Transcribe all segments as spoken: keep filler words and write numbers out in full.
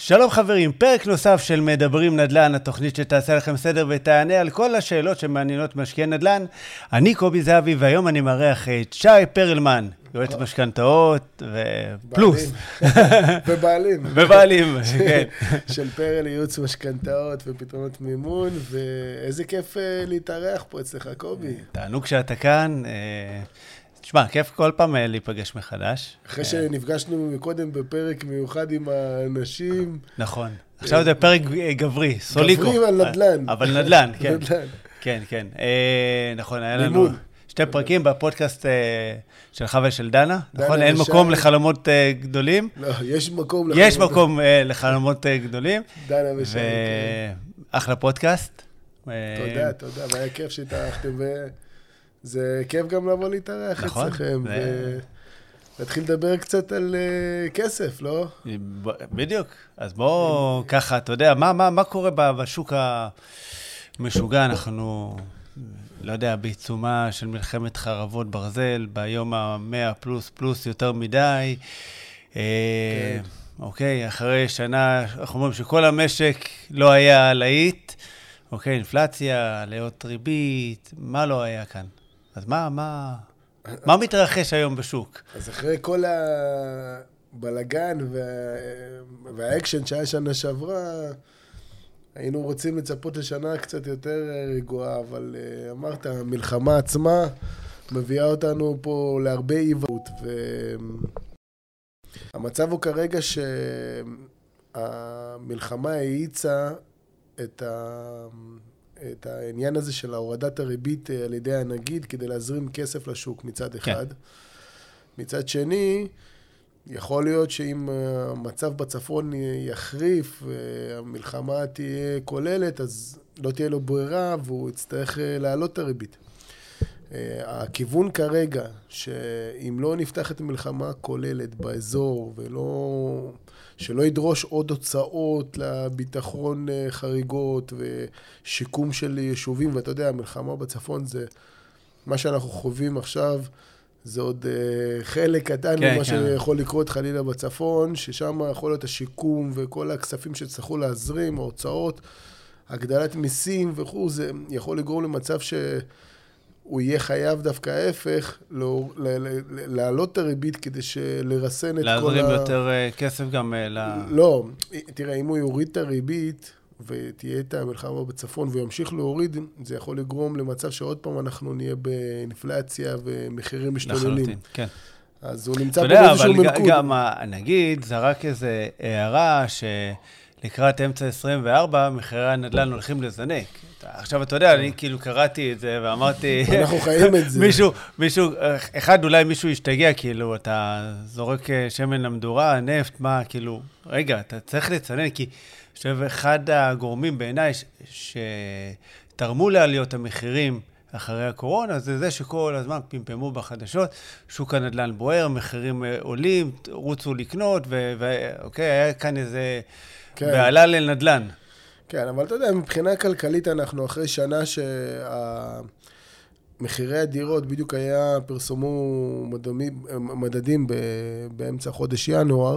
שלום חברים, פרק נוסף של מדברים נדל"ן, התוכנית שתעשה לכם סדר ותענה על כל השאלות שמעניינות משקיעי נדל"ן. אני קובי זהבי, והיום אני מארח את שי פרלמן, יועץ משכנתאות ופלוס. ובעלים. ובעלים, כן. של פרל ייעוץ משכנתאות ופתרונות מימון, ואיזה כיף להתארח פה אצלך, קובי. תענוג שאתה כאן. תשמע, כיף כל פעם להיפגש מחדש. אחרי שנפגשנו מקודם בפרק מיוחד עם האנשים. נכון. עכשיו זה פרק גברי, סוליקו. גברי על נדל"ן. אבל נדל"ן, כן. נדל"ן. כן, כן. נכון, היה לנו שתי פרקים בפודקאסט שלך ושל דנה. נכון, אין מקום לחלומות גדולים. לא, יש מקום לחלומות. יש מקום לחלומות גדולים. דנה ושי. ואחלה פודקאסט. תודה, תודה. והיה כיף שהתארחתם ו... זה כיף גם לבוא להתארח נכון, אצלכם, ו... ולהתחיל לדבר קצת על uh, כסף, לא? בדיוק. אז בואו ככה, אתה יודע, מה, מה, מה קורה בשוק המשוגע? אנחנו, לא יודע, בעיצומה של מלחמת חרבות ברזל, ביום המאה פלוס פלוס יותר מדי. כן. אוקיי, אחרי שנה, אנחנו אומרים שכל המשק לא היה להיט. אוקיי, אינפלציה, עליות ריבית, מה לא היה כאן? אז מה, מה, מה מתרחש היום בשוק? אז אחרי כל הבלגן וה... והאקשן שהיה שנה שעברה, היינו רוצים לצפות לשנה קצת יותר רגועה, אבל אמרת, המלחמה עצמה מביאה אותנו פה להרבה אי-ודאות, והמצב הוא כרגע שהמלחמה האיצה את ה... את העניין הזה של הורדת הריבית על ידי הנגיד כדי להזרים כסף לשוק מצד אחד. כן. מצד שני, יכול להיות שאם המצב בצפון יחריף והמלחמה תהיה כוללת, אז לא תהיה לו ברירה והוא יצטרך להעלות את הריבית. הכיוון כרגע, שאם לא נפתח את המלחמה כוללת באזור ולא... שלא ידרוש עוד הוצאות לביטחון חריגות ושיקום של יישובים, ואתה יודע, המלחמה בצפון זה, מה שאנחנו חווים עכשיו, זה עוד חלק קטן כן, ממה כן. שיכול לקרות חלילה בצפון, ששם יכול להיות השיקום וכל הכספים שצריכו להזרים, ההוצאות, הגדלת מיסים וכו', זה יכול לגרום למצב ש... הוא יהיה חייב דווקא ההפך, להעלות את הריבית כדי לרסן את כל ה... להזרים יותר כסף גם ל... לא, תראה, אם הוא יוריד את הריבית, ותהיה את המלחמה בצפון, והוא ימשיך להוריד, זה יכול לגרום למצב שעוד פעם אנחנו נהיה באינפלציה ומחירים משתוללים. לחלוטין, כן. אז הוא נמצא פה באיזשהו מלכוד. אבל גם, נגיד, זה רק איזו הערה ש... לקראת אמצע עשרים וארבע, מחירי הנדל"ן הולכים לזנק. עכשיו, אתה יודע, אני כאילו קראתי את זה ואמרתי... אנחנו חיים את זה. מישהו, מישהו, אחד, אולי מישהו ישתגע, כאילו, אתה זורק שמן למדורה, נפט, מה, כאילו, רגע, אתה צריך לצנן, כי אני חושב, אחד הגורמים בעיניי שתרמו לעליות המחירים אחרי הקורונה, זה זה שכל הזמן פמפמו בחדשות, שוק הנדל"ן בוער, מחירים עולים, רוצו לקנות, ואוקיי, היה כאן איזה... כן. ועלה לנדל"ן. כן, אבל אתה יודע, מבחינה כלכלית אנחנו אחרי שנה שהמחירי הדירות בדיוק היה פרסמו מדמים, מדדים באמצע חודש ינואר,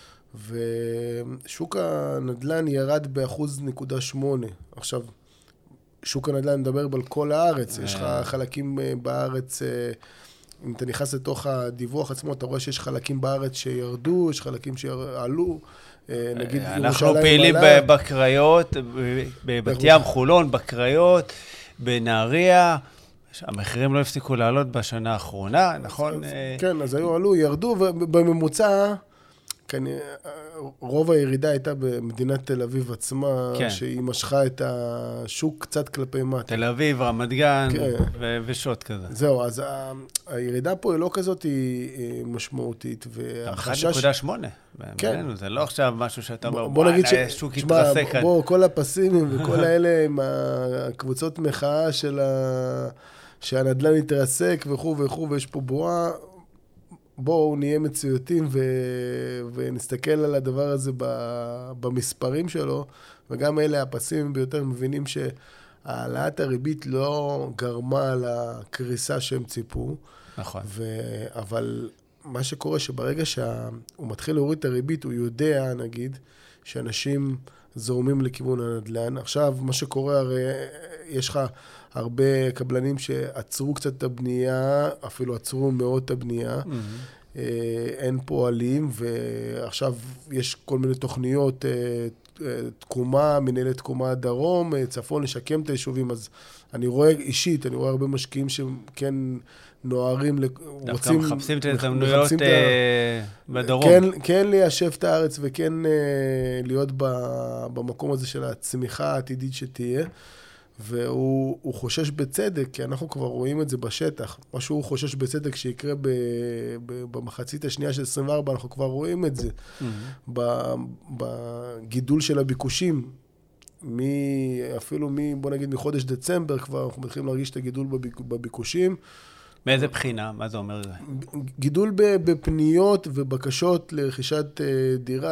ושוק הנדל"ן ירד באחוז נקודה שמונה. עכשיו, שוק הנדל"ן מדבר על כל הארץ, יש לך חלקים בארץ, אם אתה נכנס לתוך הדיווח עצמו, אתה רואה שיש חלקים בארץ שירדו, יש חלקים שעלו, נגיד אנחנו פעילים בקריות, בבת ים, חולון, בקריות, בנהריה, המחירים לא הפסיקו לעלות בשנה האחרונה, נכון? כן, אז היו עלו, ירדו, ובממוצע, רוב הירידה הייתה במדינת תל אביב עצמה, שהיא משכה את השוק קצת כלפי מטה. תל אביב, רמת גן ושוט כזה. זהו, אז הירידה פה היא לא כזאת משמעותית. אחת נקודה שמונה. כן. זה לא עכשיו משהו שאתה אומר, וואלה, שוק התרסק. בוא, כל הפסימים וכל האלה עם הקבוצות מחאה שהנדל"ן התרסק וכו' וכו', ויש פה בועה, בואו נהיה מציאותים ו... ונסתכל על הדבר הזה ב... במספרים שלו, וגם אלה הפסימיים ביותר מבינים שהעלאת הריבית לא גרמה לקריסה שהם ציפו. נכון. ו... אבל מה שקורה שברגע שהוא מתחיל להוריד את הריבית, הוא יודע, נגיד, שאנשים זורמים לכיוון הנדל"ן. עכשיו, מה שקורה, הרי יש לך הרבה קבלנים שעצרו קצת את הבנייה, אפילו עצרו מאוד את הבנייה. Mm-hmm. אין פועלים, ועכשיו יש כל מיני תוכניות, תקומה, מנהלת תקומה דרום, צפון, לשקם את היישובים. אז אני רואה אישית, אני רואה הרבה משקיעים שכן נוערים, רוצים... דווקא מחפשים את ההזדמנויות בדרום. כן, כן ליישב את הארץ וכן להיות במקום הזה של הצמיחה העתידית שתהיה. והוא חושש בצדק, כי אנחנו כבר רואים את זה בשטח. מה שהוא חושש בצדק שיקרה ב, ב, במחצית השנייה של עשרים וארבע, אנחנו כבר רואים את זה. Mm-hmm. בגידול של הביקושים, מ, אפילו מ, בוא נגיד מחודש דצמבר כבר, אנחנו מתחילים להרגיש את הגידול בביק, בביקושים. מאיזה בחינה? מה זה אומר? גידול בפניות ובקשות לרכישת דירה,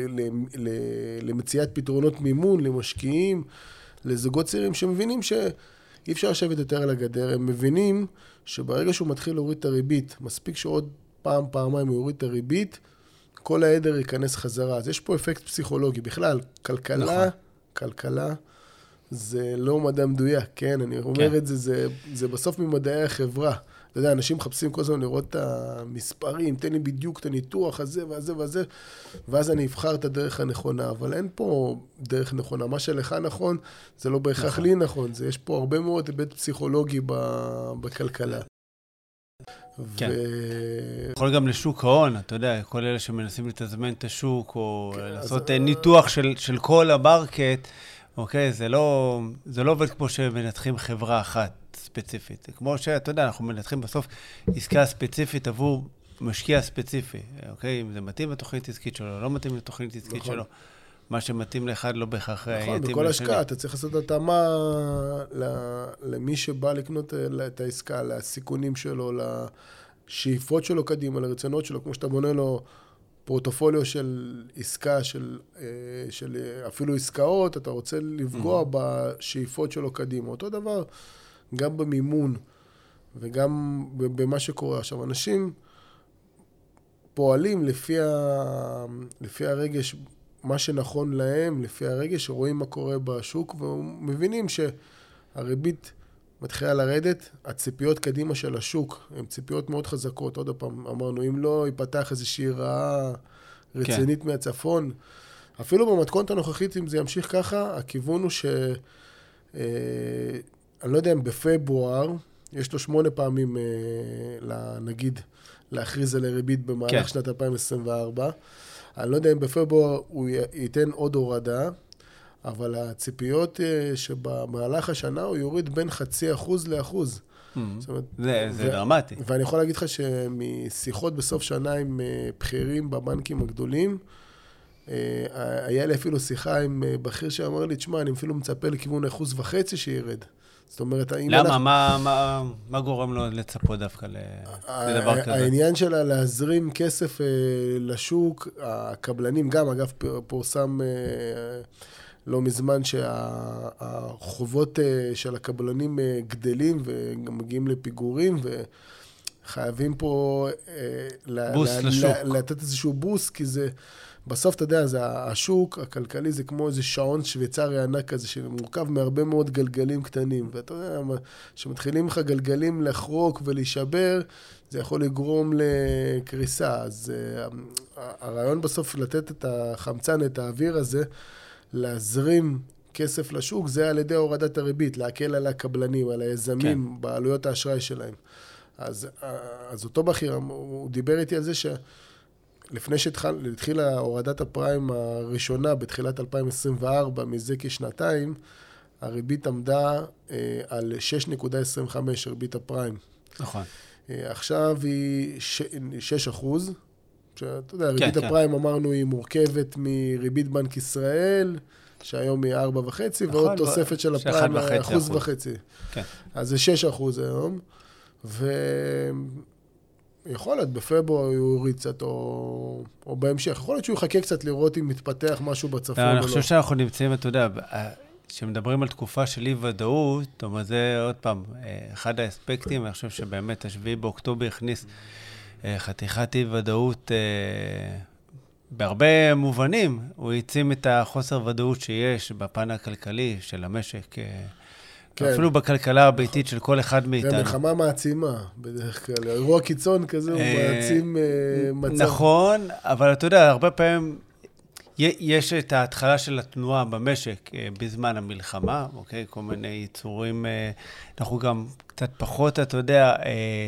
למציאת פתרונות מימון, למשקיעים, לזוגות צעירים שמבינים שאי אפשר לשבת יותר על הגדר, הם מבינים שברגע שהוא מתחיל להוריד את הריבית, מספיק שעוד פעם, פעמיים הוא יוריד את הריבית, כל העדר ייכנס חזרה. אז יש פה אפקט פסיכולוגי. בכלל, כלכלה, נכון. כלכלה זה לא מדע מדויק, כן? אני אומר כן. את זה, זה, זה בסוף ממדעי החברה. אתה יודע, אנשים מחפשים כל הזמן לראות את המספרים, תן לי בדיוק את הניתוח הזה והזה והזה, ואז אני אבחר את הדרך הנכונה, אבל אין פה דרך נכונה. מה שלך נכון, זה לא בהכרח נכון. לי נכון, זה, יש פה הרבה מאוד היבט פסיכולוגי בכלכלה. כן. ו... יכול גם לשוק ההון, אתה יודע, כל אלה שמנסים לתזמן את השוק, או כן, לעשות אז... ניתוח של, של כל המרקט, אוקיי, זה לא, זה לא עובד כמו שמנתחים חברה אחת ספציפית. כמו שאתה יודע, אנחנו מנתחים בסוף עסקה ספציפית עבור משקיע ספציפי, אוקיי? אם זה מתאים לתוכנית עסקית שלו, לא מתאים לתוכנית עסקית נכון. שלו. מה שמתאים לאחד לא בהכרח נכון, יתאים לשני. בכל השקעה, אתה צריך לעשות התאמה למי שבא לקנות את העסקה, לסיכונים שלו, לשאיפות שלו קדימה, לרצונות שלו, כמו שאתה בונה לו פורטופוליו של עסקה, של, של אפילו עסקאות, אתה רוצה לפגוע mm-hmm. בשאיפות שלו קדימה. אותו דבר גם במימון וגם במה שקורה. עכשיו, אנשים פועלים לפי, ה... לפי הרגש, מה שנכון להם, לפי הרגש, שרואים מה קורה בשוק, ומבינים שהריבית מתחילה לרדת, הציפיות קדימה של השוק, הן ציפיות מאוד חזקות. עוד פעם, אמרנו, אם לא ייפתח איזושהי רעה רצינית כן. מהצפון, אפילו במתכונת הנוכחית, אם זה ימשיך ככה, הכיוון הוא ש... אה, אני לא יודע אם בפברואר, יש לו שמונה פעמים, אה, נגיד, להכריז על הריבית במהלך כן. שנת אלפיים עשרים וארבע. אני לא יודע אם בפברואר הוא ייתן עוד הורדה, אבל הציפיות אה, שבמהלך השנה הוא יוריד בין חצי אחוז לאחוז. Mm-hmm. זאת אומרת, זה, זה ו- דרמטי. ואני יכול להגיד לך שמשיחות בסוף שנה עם אה, בכירים בבנקים הגדולים, אה, היה לי אפילו שיחה עם אה, בכיר שאמר לי, תשמע, אני אפילו מצפה לכיוון אחוז וחצי שירד. זאת אומרת, למה? אנחנו... מה, מה, מה גורם לו לצפות דווקא לדבר כזה? העניין שלה להזרים כסף אה, לשוק, הקבלנים גם, אגב, פורסם אה, לא מזמן שהחובות אה, של הקבלנים אה, גדלים וגם מגיעים לפיגורים, וחייבים פה אה, בוס לה, לשוק. לה, לתת איזשהו בוס, כי זה... בסוף, אתה יודע, זה השוק הכלכלי זה כמו איזה שעון שוויצרי ענק כזה, שמורכב מהרבה מאוד גלגלים קטנים. ואתה יודע, כשמתחילים לך גלגלים לחרוק ולהישבר, זה יכול לגרום לקריסה. אז uh, הרעיון בסוף לתת את החמצן, את האוויר הזה, להזרים כסף לשוק, זה על ידי הורדת הריבית, להקל על הקבלנים, על היזמים, כן. בעלויות האשראי שלהם. אז, אז אותו בכיר, הוא דיבר איתי על זה ש... לפני שהתחילה הורדת הפריים הראשונה בתחילת אלפיים עשרים וארבע, מזה כשנתיים, הריבית עמדה אה, על שש נקודה עשרים וחמש, ריבית הפריים. נכון. אה, עכשיו היא ש... שש אחוז. שאתה יודע, ריבית כן, הפריים כן. אמרנו היא מורכבת מריבית בנק ישראל, שהיום היא ארבע וחצי, נכון, ועוד תוספת של הפריים אחוז וחצי. כן. אז זה שש אחוז היום. ו... יכול להיות, בפברואר הוא יוריד קצת, או, או בהמשך. יכול להיות שהוא יחכה קצת לראות אם מתפתח משהו בצפון או לא. אני חושב שאנחנו נמצאים, אתה יודע, כשמדברים על תקופה של אי-ודאות, זאת אומרת, זה עוד פעם, אחד האספקטים, אני חושב שבאמת השביעי באוקטובר הכניס חתיכת אי-ודאות בהרבה מובנים הוא העצים את החוסר ודאות שיש בפן הכלכלי של המשק, כן. אפילו בכלכלה הביתית של כל אחד מאיתנו. זה מלחמה מעצימה, בדרך כלל. אירוע קיצון כזה הוא מעצים מצב. נכון, אבל אתה יודע, הרבה פעמים יש את ההתחלה של התנועה במשק בזמן המלחמה, אוקיי? כל מיני יצורים, אנחנו גם קצת פחות, אתה יודע,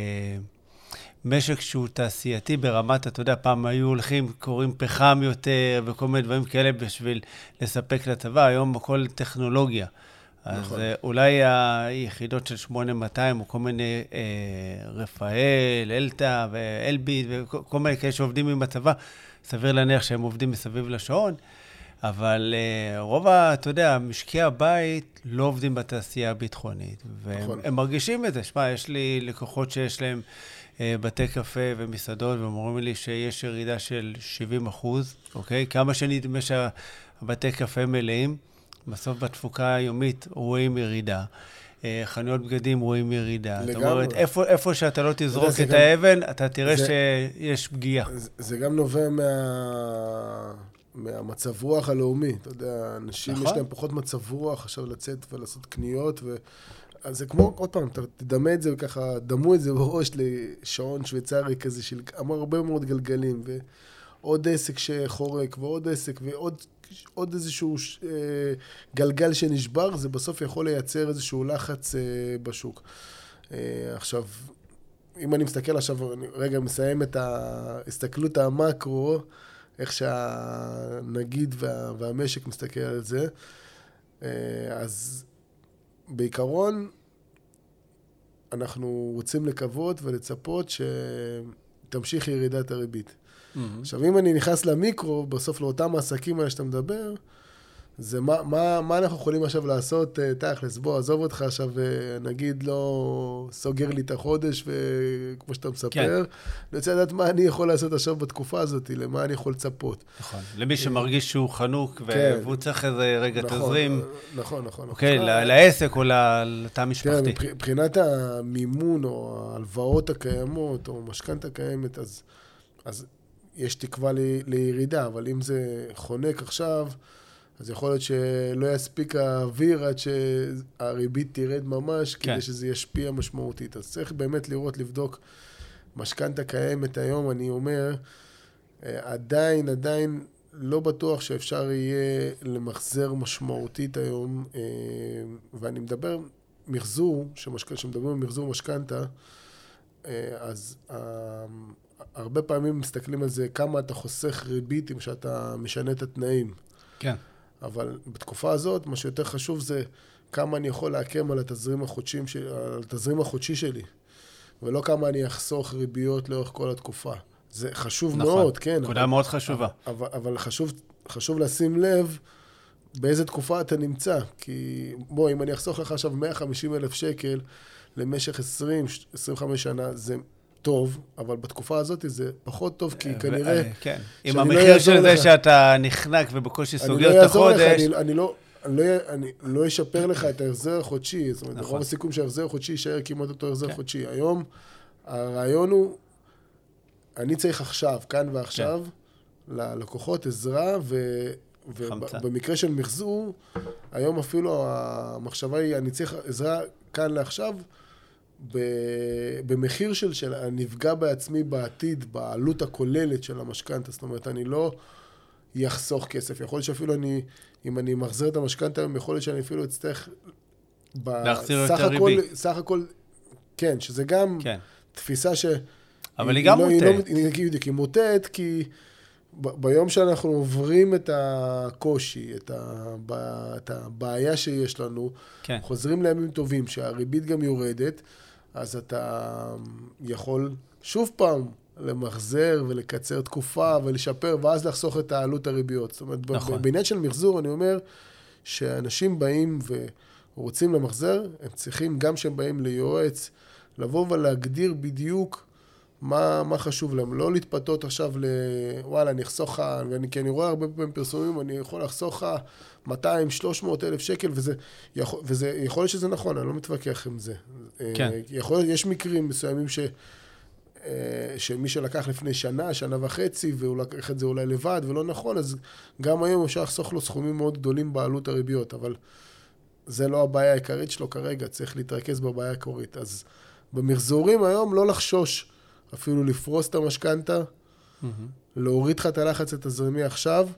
משק שהוא תעשייתי ברמת, אתה יודע, פעם היו הולכים, קוראים פחם יותר וכל מיני דברים כאלה בשביל לספק לצבא, היום הכל טכנולוגיה. נכון. אז אולי היחידות של שמונה מאתיים, או כל מיני אה, רפאל, אלטה ואלביט, וכל מיני כאלה שעובדים עם הצבא, סביר להניח שהם עובדים מסביב לשעון, אבל אה, רוב, אתה יודע, משקי הבית לא עובדים בתעשייה הביטחונית, והם נכון. הם מרגישים את זה. שמה, יש לי לקוחות שיש להם אה, בתי קפה ומסעדות, והם אומרים לי שיש ירידה של שבעים אחוז, אוקיי? כמה שנדמה שהבתי קפה מלאים, בסוף בתפוקה היומית רואים ירידה. חנויות בגדים רואים ירידה. לגמרי. זאת אומרת, איפה, איפה שאתה לא תזרוק את גם, האבן, אתה תראה זה, שיש פגיעה. זה, זה גם נובע מה, מהמצב רוח הלאומי. אתה יודע, אנשים נכון? יש להם פחות מצב רוח עכשיו לצאת ולעשות קניות, ו... אז זה כמו, עוד פעם, אתה תדמה את זה וככה, דמו את זה בראש לשעון שוויצרי כזה, של הרבה מאוד גלגלים, ועוד עסק שחורק, ועוד עסק, ועוד... עוד איזשהו אה, גלגל שנשבר, זה בסוף יכול לייצר איזשהו לחץ אה, בשוק. אה, עכשיו, אם אני מסתכל עכשיו, אני רגע מסיים את ההסתכלות המקרו, איך שהנגיד וה, והמשק מסתכל על זה, אה, אז בעיקרון, אנחנו רוצים לקוות ולצפות שתמשיך ירידת הריבית. עכשיו, אם אני נכנס למיקרו, בסוף לאותם העסקים האלה שאתה מדבר, זה מה, מה, מה אנחנו יכולים עכשיו לעשות, תכלס, בוא, עזוב אותך עכשיו, נגיד, לא סוגר לי את החודש, וכמו שאתה מספר, כן. אני רוצה לדעת מה אני יכול לעשות עכשיו בתקופה הזאת, למה אני יכול לצפות. נכון, למי שמרגיש שהוא חנוק, כן. והוא צריך איזה רגע נכון, תזרים. נכון, נכון. אוקיי, נכון. לעסק או לתא משפחתי. כן, מבחינת המימון, או ההלוואות הקיימות, או משכנתא קיימת, אז... אז יש תקווה ל- לירידה, אבל אם זה חונק עכשיו, אז יכול להיות שלא יספיק האוויר עד שהריבית תירד ממש, כן. כדי שזה ישפיע משמעותית. אז צריך באמת לראות, לבדוק משכנתא קיימת היום, אני אומר, עדיין, עדיין לא בטוח שאפשר יהיה למחזר משמעותית היום, ואני מדבר מחזור, שמדברים על מחזור משכנתא, אז הרבה פעמים מסתכלים על זה, כמה אתה חוסך ריבית אם שאתה משנה את התנאים. כן. אבל בתקופה הזאת, מה שיותר חשוב זה כמה אני יכול להקם על התזרים החודשי, על התזרים החודשי שלי, ולא כמה אני אחסוך ריביות לאורך כל התקופה. זה חשוב נכון. מאוד, כן. נקודה מאוד חשובה. אבל, אבל חשוב, חשוב לשים לב באיזה תקופה אתה נמצא. כי בוא, אם אני אחסוך לך עכשיו מאה וחמישים אלף שקל למשך עשרים עשרים וחמש שנה, זה טוב, אבל בתקופה הזאת זה פחות טוב, כי כנראה... כן, עם המחיר של זה שאתה נחנק ובקושי סוגר את החודש... אני לא... אני לא אשפר לך את ההחזר החודשי, זאת אומרת, רוב הסיכום שההחזר החודשי יישאר כמעט אותו החזר חודשי. היום, הרעיון הוא, אני צריך עכשיו, כאן ועכשיו, ללקוחות עזרה, ובמקרה של מחזור, היום אפילו המחשבה היא, אני צריך עזרה כאן לעכשיו, במחיר של הנפגע בעצמי בעתיד, בעלות הכוללת של המשכנתא, זאת אומרת, אני לא יחסוך כסף, יכול להיות שאפילו אני... אם אני מחזיר את המשכנתא היום, יכול להיות שאני אפילו אצטרך... להחזיר יותר ריבית. סך הכל, כן, שזה גם כן. תפיסה ש... אבל היא גם מוטט. היא מוטט, כי ביום שאנחנו עוברים את הקושי, את הבעיה שיש לנו, כן. חוזרים לימים טובים, שהריבית גם יורדת, אז אתה יכול שוב פעם... למחזר ולקצר תקופה ולשפר, ואז לחסוך את העלות הריביות. זאת אומרת, נכון. בעניין של מחזור, אני אומר שאנשים באים ורוצים למחזר, הם צריכים, גם שהם באים ליועץ, לבוא ולהגדיר בדיוק מה, מה חשוב להם. לא להתפתות עכשיו ל... וואלה, אני אחסוך, כי אני רואה הרבה פעמים פרסומים, אני יכול לחסוך מאתיים שלוש מאות אלף שקל, וזה יכול, וזה יכול להיות שזה נכון, אני לא מתווכח עם זה. כן. יכול, יש מקרים מסוימים ש... שמי שלקח לפני שנה, שנה וחצי, והוא לקח את זה אולי לבד ולא נכון, אז גם היום אפשר לחסוך לו סכומים מאוד גדולים בעלות הריביות, אבל זה לא הבעיה העיקרית שלו כרגע, צריך להתרכז בבעיה העיקרית. אז במחזורים היום לא לחשוש, אפילו לפרוס את המשכנתה, mm-hmm. להוריד לך את הלחץ התזרימי עכשיו,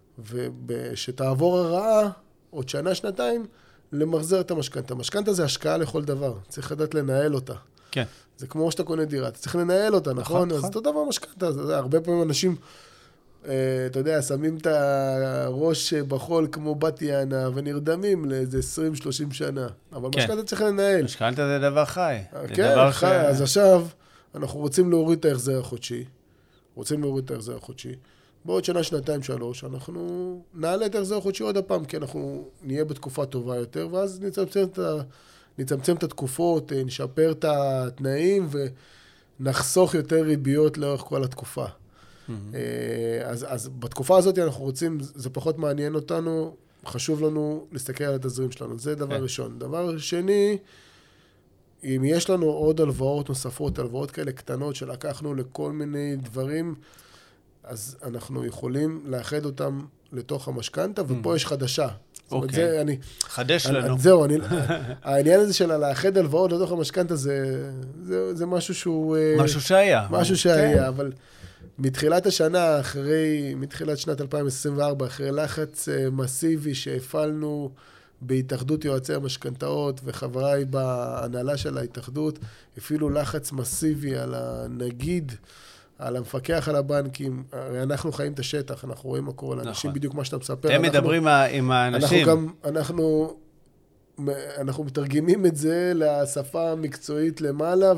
ושתעבור הרעה, עוד שנה, שנתיים, למחזר את המשכנתה. המשכנתה זה השקעה לכל דבר, צריך לדעת לנהל אותה. כן. זה כמו שאתה קונה דירה, אתה צריך לנהל אותה, נכון? נכון? אז אותו דבר משכנתה, הרבה פעמים אנשים, אתה יודע, שמים את הראש בחול כמו בת יענה, ונרדמים לאיזה עשרים שלושים שנה. אבל כן. משכנתה צריך לנהל. משכנתה זה דבר חי. כן, דבר חי. ש... אז עכשיו, אנחנו רוצים להוריד את ההחזר החודשי, רוצים להוריד את ההחזר החודשי, בעוד שנה, שנתיים, שלוש, אנחנו נעלה את ההחזר החודשי עוד הפעם, כי אנחנו נהיה בתקופה טובה יותר, ואז נצמצם את ה... נצמצם את התקופות, נשפר את התנאים ונחסוך יותר ריביות לאורך כל התקופה. Mm-hmm. אז, אז בתקופה הזאת אנחנו רוצים, זה פחות מעניין אותנו, חשוב לנו להסתכל על התזרים שלנו. זה דבר okay. ראשון. דבר שני, אם יש לנו עוד הלוואות נוספות, הלוואות כאלה קטנות שלקחנו לכל מיני דברים, אז אנחנו יכולים לאחד אותם לתוך המשכנתה, ופה mm-hmm. יש חדשה. אוקיי, חדש לנו. זהו, העניין הזה של לאחד הלוואות לתוך המשכנתה, זה משהו שהוא... משהו שהיה. משהו שהיה, אבל מתחילת השנה, אחרי, מתחילת שנת אלפיים עשרים וארבע, אחרי לחץ מסיבי שהפעלנו בהתאחדות יועצי המשכנתאות, וחבריי בהנהלה של ההתאחדות, הפעילו לחץ מסיבי על הנגיד, על המפקח על הבנקים, הרי אנחנו חיים את השטח, אנחנו רואים מה קורה לאנשים, בדיוק מה שאתה מספר. הם מדברים עם האנשים. אנחנו גם, אנחנו, אנחנו מתרגמים את זה לשפה המקצועית למעלה,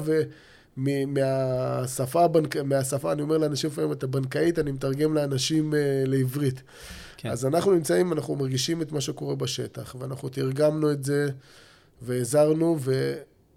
ומהשפה, מהשפה, אני אומר לאנשים לפעמים את הבנקאית, אני מתרגם לאנשים לעברית. אז אנחנו נמצאים, אנחנו מרגישים את מה שקורה בשטח, ואנחנו תרגמנו את זה, ועזרנו, ו...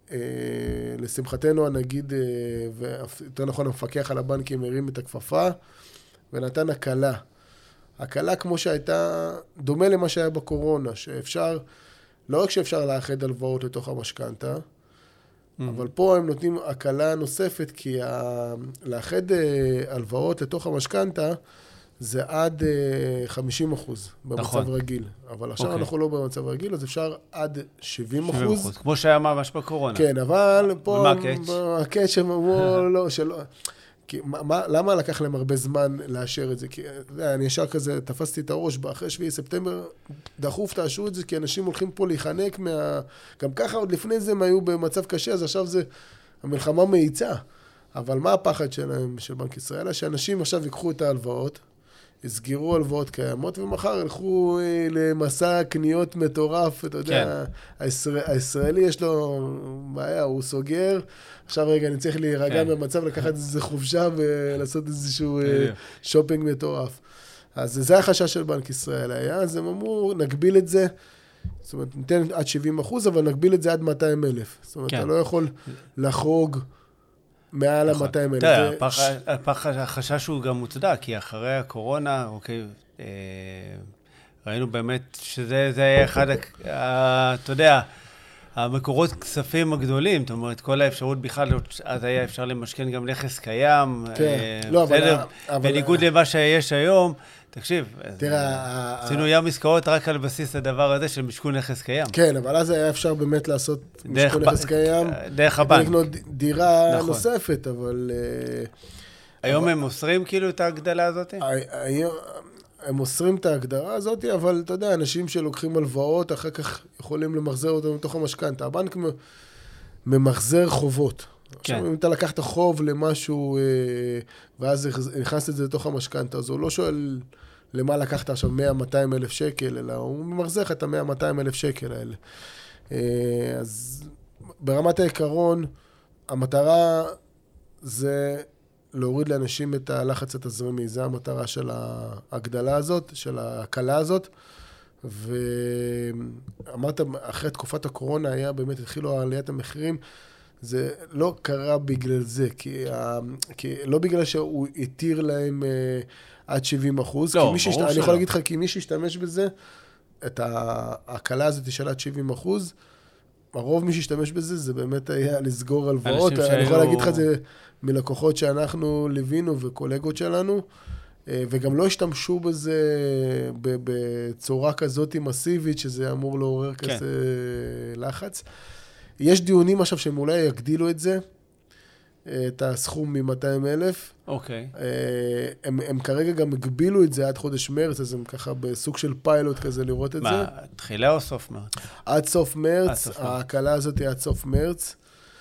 לשמחתנו הנגיד, ויותר נכון המפקח על הבנקים הרים את הכפפה ונתן הקלה. הקלה כמו שהייתה, דומה למה שהיה בקורונה, שאפשר, לא רק שאפשר לאחד הלוואות לתוך המשכנתה, mm. אבל פה הם נותנים הקלה נוספת, כי לאחד הלוואות לתוך המשכנתה, זה עד חמישים אחוז במצב נכון. רגיל. אבל עכשיו okay. אנחנו לא במצב רגיל, אז אפשר עד שבעים אחוז. שבעים אחוז, כמו שהיה ממש בקורונה. כן, אבל פה... מה הקאץ'? הקאץ' שהם אמרו, לא, שלא... כי, מה, למה לקח להם הרבה זמן לאשר את זה? כי אני ישר כזה תפסתי את הראש, אחרי שביעי ספטמבר, דחוף תאשרו את זה, כי אנשים הולכים פה להיחנק מה... גם ככה עוד לפני זה הם היו במצב קשה, אז עכשיו זה... המלחמה מאיצה. אבל מה הפחד שלהם, של בנק ישראל? שאנשים עכשיו ייקחו את ההלוואות, הסגירו הלוואות קיימות, ומחר הלכו אה, למסע קניות מטורף, אתה יודע, כן. הישראל, הישראלי יש לו בעיה, הוא סוגר, עכשיו רגע אני צריך להירגע כן. במצב, לקחת איזו חופשה ולעשות איזשהו אה, שופינג מטורף. אז זה החשש של בנק ישראל היה, אז הם אמרו, נגביל את זה, זאת אומרת, ניתן עד שבעים אחוז, אבל נגביל את זה עד מאתיים אלף. זאת אומרת, כן. אתה לא יכול לחרוג מעל ה-מאתיים אלף. תראה, החשש הוא גם מוצדק, כי אחרי הקורונה, אוקיי, ראינו באמת שזה היה אחד, אתה יודע, המקורות כספים הגדולים, זאת אומרת, כל האפשרות בכלל, אז היה אפשר למשכן גם נכס קיים, בסדר, בניגוד למה שיש היום, תקשיב, עשינו ים עסקאות רק על בסיס הדבר הזה של משכון נכס קיים. כן, אבל אז היה אפשר באמת לעשות משכון נכס קיים. דרך הבנק. לקנות דירה נוספת, אבל... היום הם מוסרים כאילו את ההגדלה הזאת? הם מוסרים את ההגדרה הזאת, אבל אתה יודע, אנשים שלוקחים הלוואות, אחר כך יכולים למחזר אותם מתוך המשכנתה. הבנק ממחזר חובות. עכשיו, אם אתה לקחת חוב למשהו, ואז נכנס את זה לתוך המשכנתה, אז הוא לא שואל למה לקחת עכשיו מאה מאתיים אלף שקל, אלא הוא ממחזר את ה-מאה מאתיים אלף שקל האלה. אז ברמת העיקרון, המטרה זה להוריד לאנשים את הלחץ התזרימי, זה המטרה של ההגדלה הזאת, של ההקלה הזאת, ואמרת, אחרי תקופת הקורונה היה באמת, התחילו עליית המחירים, זה לא קרה בגלל זה, כי, כי לא בגלל שהוא התיר להם עד שבעים אחוז, לא, ברור שלא. שלא. אני יכול להגיד לך, כי מי שהשתמש בזה, את ההקלה הזאת של עד שבעים אחוז, הרוב מי שהשתמש בזה, זה באמת היה לסגור הלוואות. שהיו... אני יכול להגיד לך את זה מלקוחות שאנחנו ליווינו וקולגות שלנו, וגם לא השתמשו בזה בצורה כזאת מסיבית, שזה אמור לעורר כן. כזה לחץ. יש דיונים עכשיו שהם אולי יגדילו את זה, את הסכום מ-מאתיים אלף. אוקיי. הם, הם כרגע גם הגבילו את זה עד חודש מרץ, אז הם ככה בסוג של פיילוט כזה לראות את מה, זה. מה, תחילה או סוף מרץ? עד סוף מרץ, ההקלה הזאת היא עד סוף מרץ.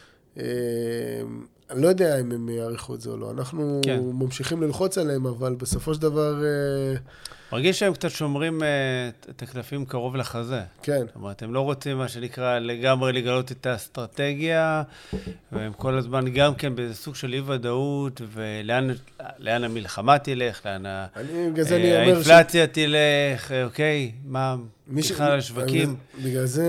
אני לא יודע אם הם יעריכו את זה או לא. אנחנו כן. ממשיכים ללחוץ עליהם, אבל בסופו של דבר... מרגיש שהם קצת שומרים את הכתפים קרוב לחזה. כן. זאת אומרת, הם לא רוצים מה שנקרא לגמרי לגלות את האסטרטגיה, והם כל הזמן גם כן באיזה סוג של אי-ודאות, ולאן המלחמה תלך, לאן האינפלציה תלך, אוקיי, מה בכלל השווקים. בגלל זה...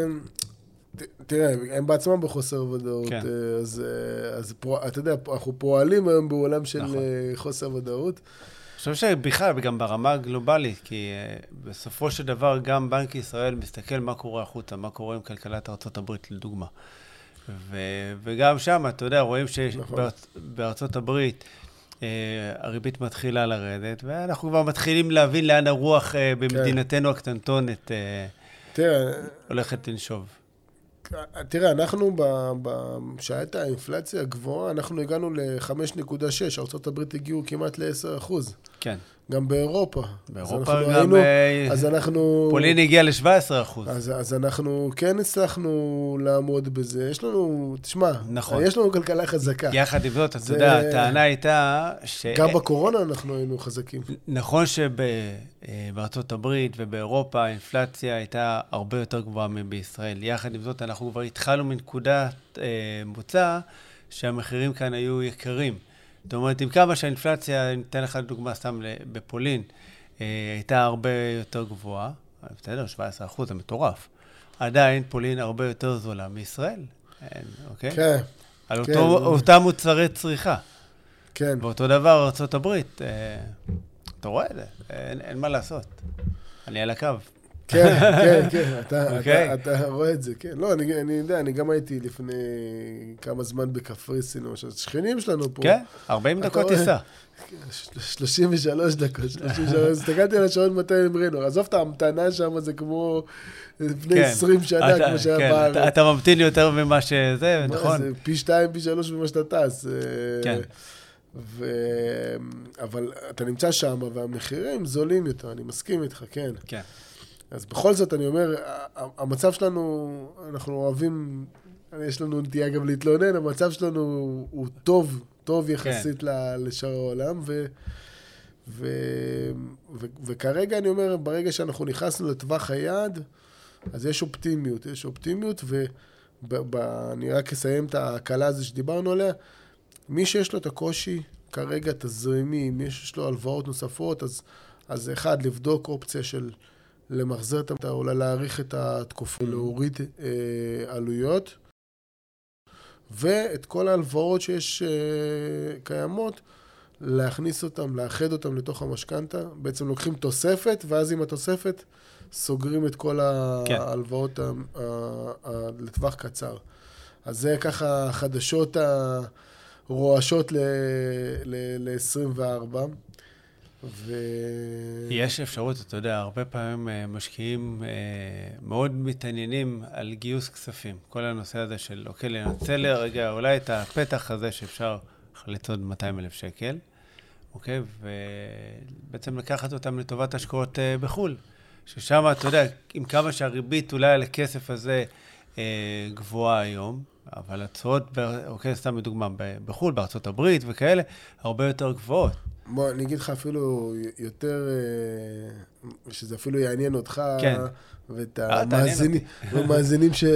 תראה, הם בעצמם בחוסר ודאות, כן. אז, אז אתה יודע, אנחנו פועלים היום בעולם של נכון. חוסר ודאות. אני חושב שבכלל, גם ברמה הגלובלית, כי uh, בסופו של דבר גם בנק ישראל מסתכל מה קורה החוצה, מה קורה עם כלכלת ארצות הברית לדוגמה. ו- וגם שם, אתה יודע, רואים שבארצות נכון. הברית uh, הריבית מתחילה לרדת, ואנחנו כבר מתחילים להבין לאן הרוח uh, במדינתנו כן. הקטנטונת uh, תראה, הולכת לנשוב. תראה, אנחנו, בשעת האינפלציה הגבוהה, אנחנו הגענו ל-חמש נקודה שש, ארצות הברית הגיעו כמעט ל-עשרה אחוז. כן. גם באירופה. באירופה גם... אז אנחנו... פולין הגיע ל-שבעה עשר אחוז. אז, אז אנחנו כן הצלחנו לעמוד בזה. יש לנו, תשמע, נכון. יש לנו כלכלה חזקה. יחד עם זאת, אתה יודע, הטענה הייתה ש... גם בקורונה אנחנו היינו חזקים. נכון שבארצות הברית ובאירופה האינפלציה הייתה הרבה יותר גבוהה מבישראל. יחד עם זאת, אנחנו כבר התחלנו מנקודת מוצא שהמחירים כאן היו יקרים. זאת אומרת, עם כמה שהאינפלציה, אני אתן לך דוגמה סתם בפולין, הייתה הרבה יותר גבוהה, בסדר, שבעה עשר אחוז, זה מטורף. עדיין פולין הרבה יותר זולה מישראל, אוקיי? כן. על אותם מוצרי צריכה. כן. ואותו דבר ארצות הברית, אתה רואה את זה, אין מה לעשות. אני על הקו. כן, כן, כן, אתה, אתה, אתה רואה את זה, כן. לא, אני, אני יודע, אני גם הייתי לפני כמה זמן בקפריסין, למשל, שכנים שלנו פה. כן, ארבעים דקות טיסה. שלושים ושלוש דקות, שלושים ושלוש, הסתכלתי על השעון מתי המרינו. עזוב את ההמתנה שם, זה כמו לפני עשרים שנה, כמו שהיה בארץ. אתה ממתין יותר ממה שזה, נכון? זה פי שתיים, פי שלוש ממה שאתה טס. כן. אבל אתה נמצא שם, והמחירים זולים יותר, אני מסכים איתך, כן. כן. אז בכל זאת, אני אומר, המצב שלנו, אנחנו אוהבים, יש לנו נטייה גם להתלונן, המצב שלנו הוא טוב, טוב יחסית כן. לשאר העולם, ו, ו, ו, וכרגע אני אומר, ברגע שאנחנו נכנסנו לטווח היעד, אז יש אופטימיות, יש אופטימיות, ואני רק אסיים את ההקלה הזו שדיברנו עליה, מי שיש לו את הקושי, כרגע תזרימי, מי שיש לו הלוואות נוספות, אז, אז אחד, לבדוק אופציה של למחזר את המטה, אולי להאריך את התקופה, להוריד אה, עלויות, ואת כל ההלוואות שיש אה, קיימות, להכניס אותם, לאחד אותם לתוך המשכנתה, בעצם לוקחים תוספת, ואז עם התוספת סוגרים את כל כן. ההלוואות ה, ה, ה, לטווח קצר. אז זה ככה חדשות הרועשות ל-עשרים וארבע. ו... יש אפשרות, אתה יודע, הרבה פעמים משקיעים מאוד מתעניינים על גיוס כספים. כל הנושא הזה של, אוקיי, לנצל רגע אולי את הפתח הזה שאפשר לצוד מאתיים אלף שקל, אוקיי, ובעצם לקחת אותם לטובת השקעות בחול. ששם, אתה יודע, עם כמה שהריבית אולי על הכסף הזה גבוהה היום, אבל הצעות, אוקיי, סתם מדוגמה, בחול, בארצות הברית וכאלה, הרבה יותר גבוהות. בוא, אני אגיד לך אפילו יותר, שזה אפילו יעניין אותך, כן. ואת המאזינים, המאזינים ש,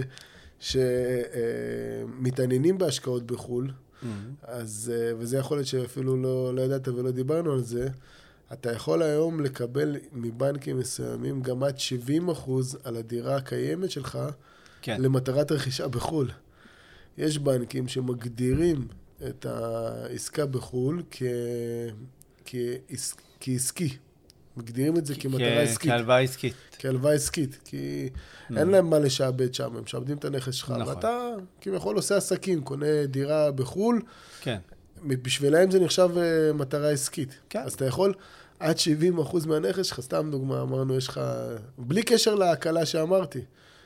שמתעניינים בהשקעות בחול, mm-hmm. אז, וזה יכול להיות שאפילו לא, לא ידעת ולא דיברנו על זה, אתה יכול היום לקבל מבנקים מסוימים גם עד שבעים אחוז על הדירה הקיימת שלך, כן. למטרת רכישה בחול. יש בנקים שמגדירים את העסקה בחול כ... כעס... כעסקי. מגדירים את זה כמטרה עסקית. כהלוואה עסקית. כהלוואה עסקית, כי אין להם מה לשעבד שם, הם משעבדים את הנכס שלך, ואתה כביכול עושה עסקים, קונה דירה בחול, כן. בשבילהם זה נחשב מטרה עסקית. כן. אז אתה יכול עד שבעים אחוז מהנכס שלך, סתם דוגמה, אמרנו, יש לך, בלי קשר להקלה שאמרתי,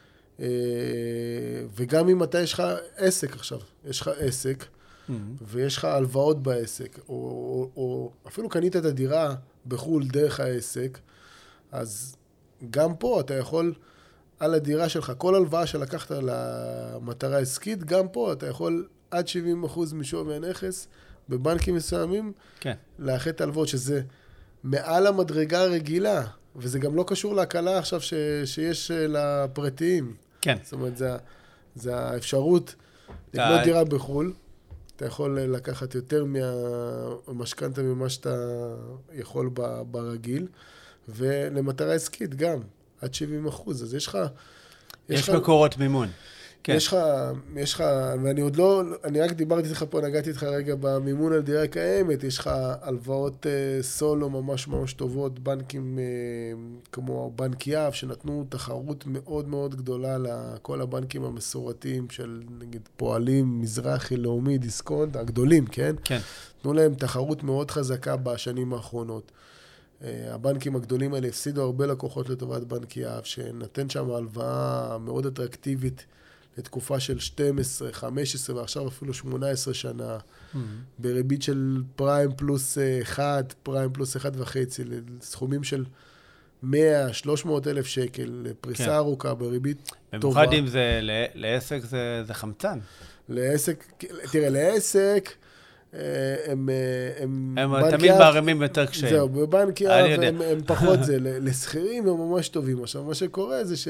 וגם אם אתה יש לך עסק עכשיו, יש לך עסק, ויש לך הלוואות בעסק, או, או, או אפילו קנית את הדירה בחול דרך העסק, אז גם פה אתה יכול על הדירה שלך, כל הלוואה שלקחת למטרה עסקית, גם פה אתה יכול עד שבעים אחוז משווי הנכס, בבנקים מסוימים, כן. לאחד את הלוואות, שזה מעל המדרגה הרגילה, וזה גם לא קשור להקלה עכשיו ש, שיש לפרטיים. כן. זאת אומרת, זה, זה האפשרות לקנות דירה בחול, אתה יכול לקחת יותר מהמשכנתא ממה שאתה יכול ברגיל, ולמטרה עסקית גם, עד שבעים אחוז. אז יש לך... יש, יש לך, מקורות מימון. כן. יש לך, יש לך, ואני עוד לא, אני רק דיברתי איתך פה, נגעתי איתך רגע במימון על דירה קיימת, יש לך הלוואות אה, סולו ממש ממש טובות, בנקים אה, כמו בנק יהב, שנתנו תחרות מאוד מאוד גדולה לכל הבנקים המסורתיים של נגיד פועלים, מזרחי, לאומי, דיסקונט, הגדולים, כן? כן. נתנו להם תחרות מאוד חזקה בשנים האחרונות. הבנקים הגדולים האלה הפסידו הרבה לקוחות לטובת בנק יהב, שנתן שם הלוואה מאוד אטרקטיבית לתקופה של שתים עשרה, חמש עשרה ועכשיו אפילו שמונה עשרה שנה, mm-hmm. בריבית של פריים פלוס אחד, פריים פלוס אחד וחצי, לסכומים של מאה, שלוש מאות אלף שקל, לפריסה כן. ארוכה, בריבית טובה. במיוחד אם זה לעסק, זה, זה חמצן. לעסק, תראה, לעסק, הם, הם, הם תמיד מערמים יותר קשיים. זהו, בבנק יהב הם, הם פחות זה, לסחירים הם ממש טובים. עכשיו, מה שקורה זה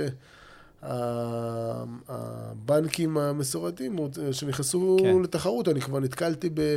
שהבנקים המסורתיים שנכנסו כן. לתחרות, אני כבר נתקלתי ב,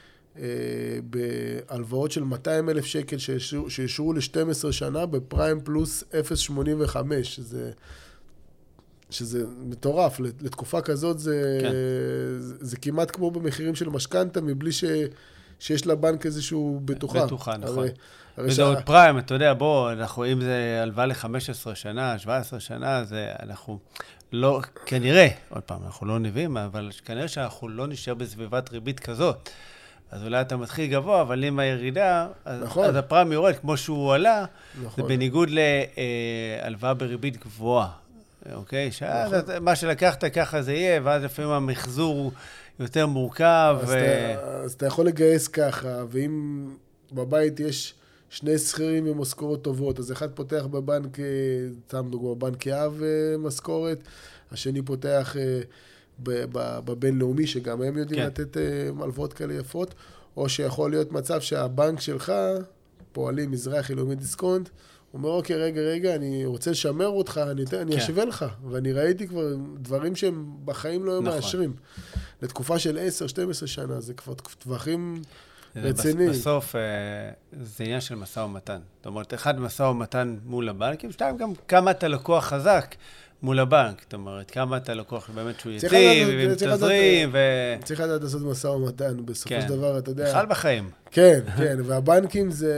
בהלוואות של מאתיים אלף שקל שישרו ל-שתים עשרה שנה בפריים פלוס אפס נקודה שמונים וחמש, שזה... שזה מטורף, לתקופה כזאת זה, כן. זה, זה כמעט כמו במחירים של משכנתא, מבלי ש, שיש לבנק איזשהו בטוחה. בטוחה, נכון. הרי, הרי וזה שה... עוד פריים, אתה יודע, בוא, אנחנו, אם זה הלוואה ל-חמש עשרה שנה, שבע עשרה שנה, זה אנחנו לא, כנראה, עוד פעם, אנחנו לא נביאים, אבל כנראה שאנחנו לא נשאר בסביבת ריבית כזאת. אז אולי אתה מתחיל גבוה, אבל עם הירידה, נכון. אז הפריים יורד, כמו שהוא עלה, נכון. זה בניגוד להלוואה בריבית גבוהה. אוקיי, שאז מה שלקחת ככה זה יהיה, ואז לפעמים המחזור הוא יותר מורכב. אז אתה יכול לגייס ככה, ואם בבית יש שני שכירים עם משכורות טובות, אז אחד פותח בבנק, סתם דוגמה, בנק יהב משכורת, השני פותח בבינלאומי, שגם הם יודעים לתת הלוואות כאלה יפות, או שיכול להיות מצב שהבנק שלך, פועלים מזרחי, לאומי, דיסקונט, הוא אומר, אוקיי, רגע, רגע, אני רוצה לשמר אותך, אני, אני אשווה לך. ואני ראיתי כבר דברים שהם בחיים לא היו נכון. מאשרים. לתקופה של עשר שתים עשרה שנה, זה כבר טווחים רציניים. בסוף, זה עניין של משא ומתן. זאת אומרת, אחד, משא ומתן מול הבנקים, שתיים, גם כמה אתה לקוח חזק מול הבנק. זאת אומרת, כמה אתה לקוח באמת שהוא יציב, עם תזרים, ו... צריך לדעת לעשות משא ומתן, בסופו של דבר, אתה יודע... בכלל בחיים. כן, כן, והבנקים זה...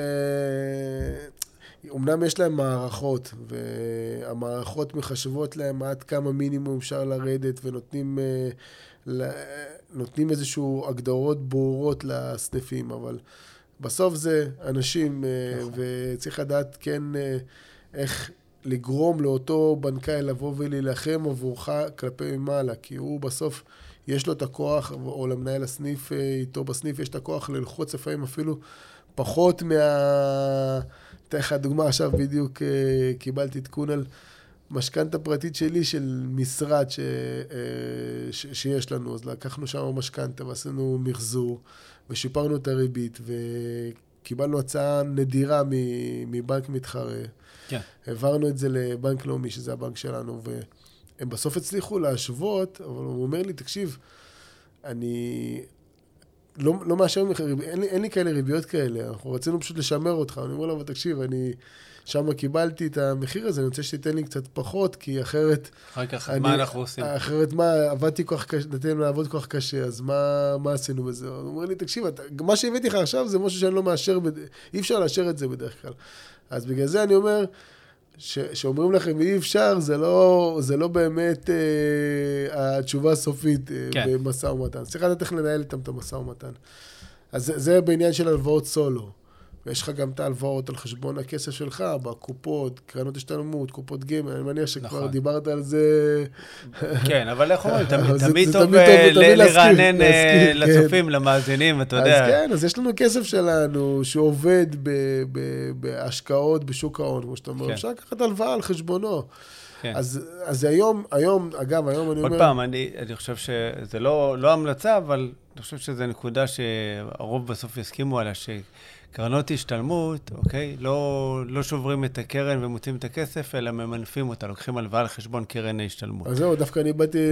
אמנם יש להם מערכות, והמערכות מחשבות להם עד כמה מינימום אפשר לרדת, ונותנים נותנים איזשהו הגדרות ברורות לסניפים, אבל בסוף זה אנשים, וצריך לדעת כן איך לגרום לאותו בנקאי לבוא ולהילחם עבורך כלפי מעלה, כי הוא בסוף יש לו את הכוח, או למנהל הסניף איתו בסניף, יש את הכוח ללחוץ לפעמים אפילו פחות מה... אתן לך דוגמה, עכשיו בדיוק קיבלתי עדכון על משכנתא פרטית שלי של משרד ש... ש... שיש לנו, אז לקחנו שם משכנתא ועשינו מחזור ושיפרנו את הריבית וקיבלנו הצעה נדירה מבנק מתחרה. כן. העברנו את זה לבנק לאומי, שזה הבנק שלנו, והם בסוף הצליחו להשוות, אבל הוא אומר לי, תקשיב, אני... לא, לא מאשר, אין לי, אין לי כאלה ריביות כאלה, אנחנו רצינו פשוט לשמר אותך, אני אומר לו, אבל תקשיב, אני שם קיבלתי את המחיר הזה, אני רוצה שתיתן לי קצת פחות, כי אחרת... אחר כך, אני, מה אנחנו עושים? אחרת מה, עבדתי כל כך קשה, נתן לעבוד כל כך קשה, אז מה, מה עשינו בזה? הוא אומר לי, תקשיב, אתה, מה שהבאתי לך עכשיו זה משהו שאני לא מאשר, אי אפשר לאשר את זה בדרך כלל. אז בגלל זה אני אומר, ש, שאומרים לכם אי אפשר, זה לא, זה לא באמת אה, התשובה הסופית אה, כן. במשא ומתן. צריך לדעת איך לנהל איתם את המשא ומתן. אז זה, זה בעניין של הלוואות סולו. ויש לך גם את ההלוואות על חשבון הכסף שלך, בקופות, קרנות השתלמות, קופות גמל, אני מניח שכבר נכון. דיברת על זה. כן, אבל איך אומרים, תמיד, תמיד טוב לרענן לצופים, כן. למאזינים, אתה יודע. אז כן, אז יש לנו כסף שלנו שעובד ב, ב, בהשקעות בשוק ההון, כמו שאתה אומר, כן. אפשר לקחת הלוואה על חשבונו. כן. אז, אז היום, היום, אגב, היום אני עוד אומר... עוד פעם, אני, אני חושב שזה לא, לא המלצה, אבל אני חושב שזו נקודה שהרוב בסוף יסכימו עליה, ש... קרנות השתלמות, אוקיי? לא, לא שוברים את הקרן ומוצאים את הכסף, אלא ממנפים אותה, לוקחים הלוואה על חשבון קרן ההשתלמות. אז זהו, דווקא אני באתי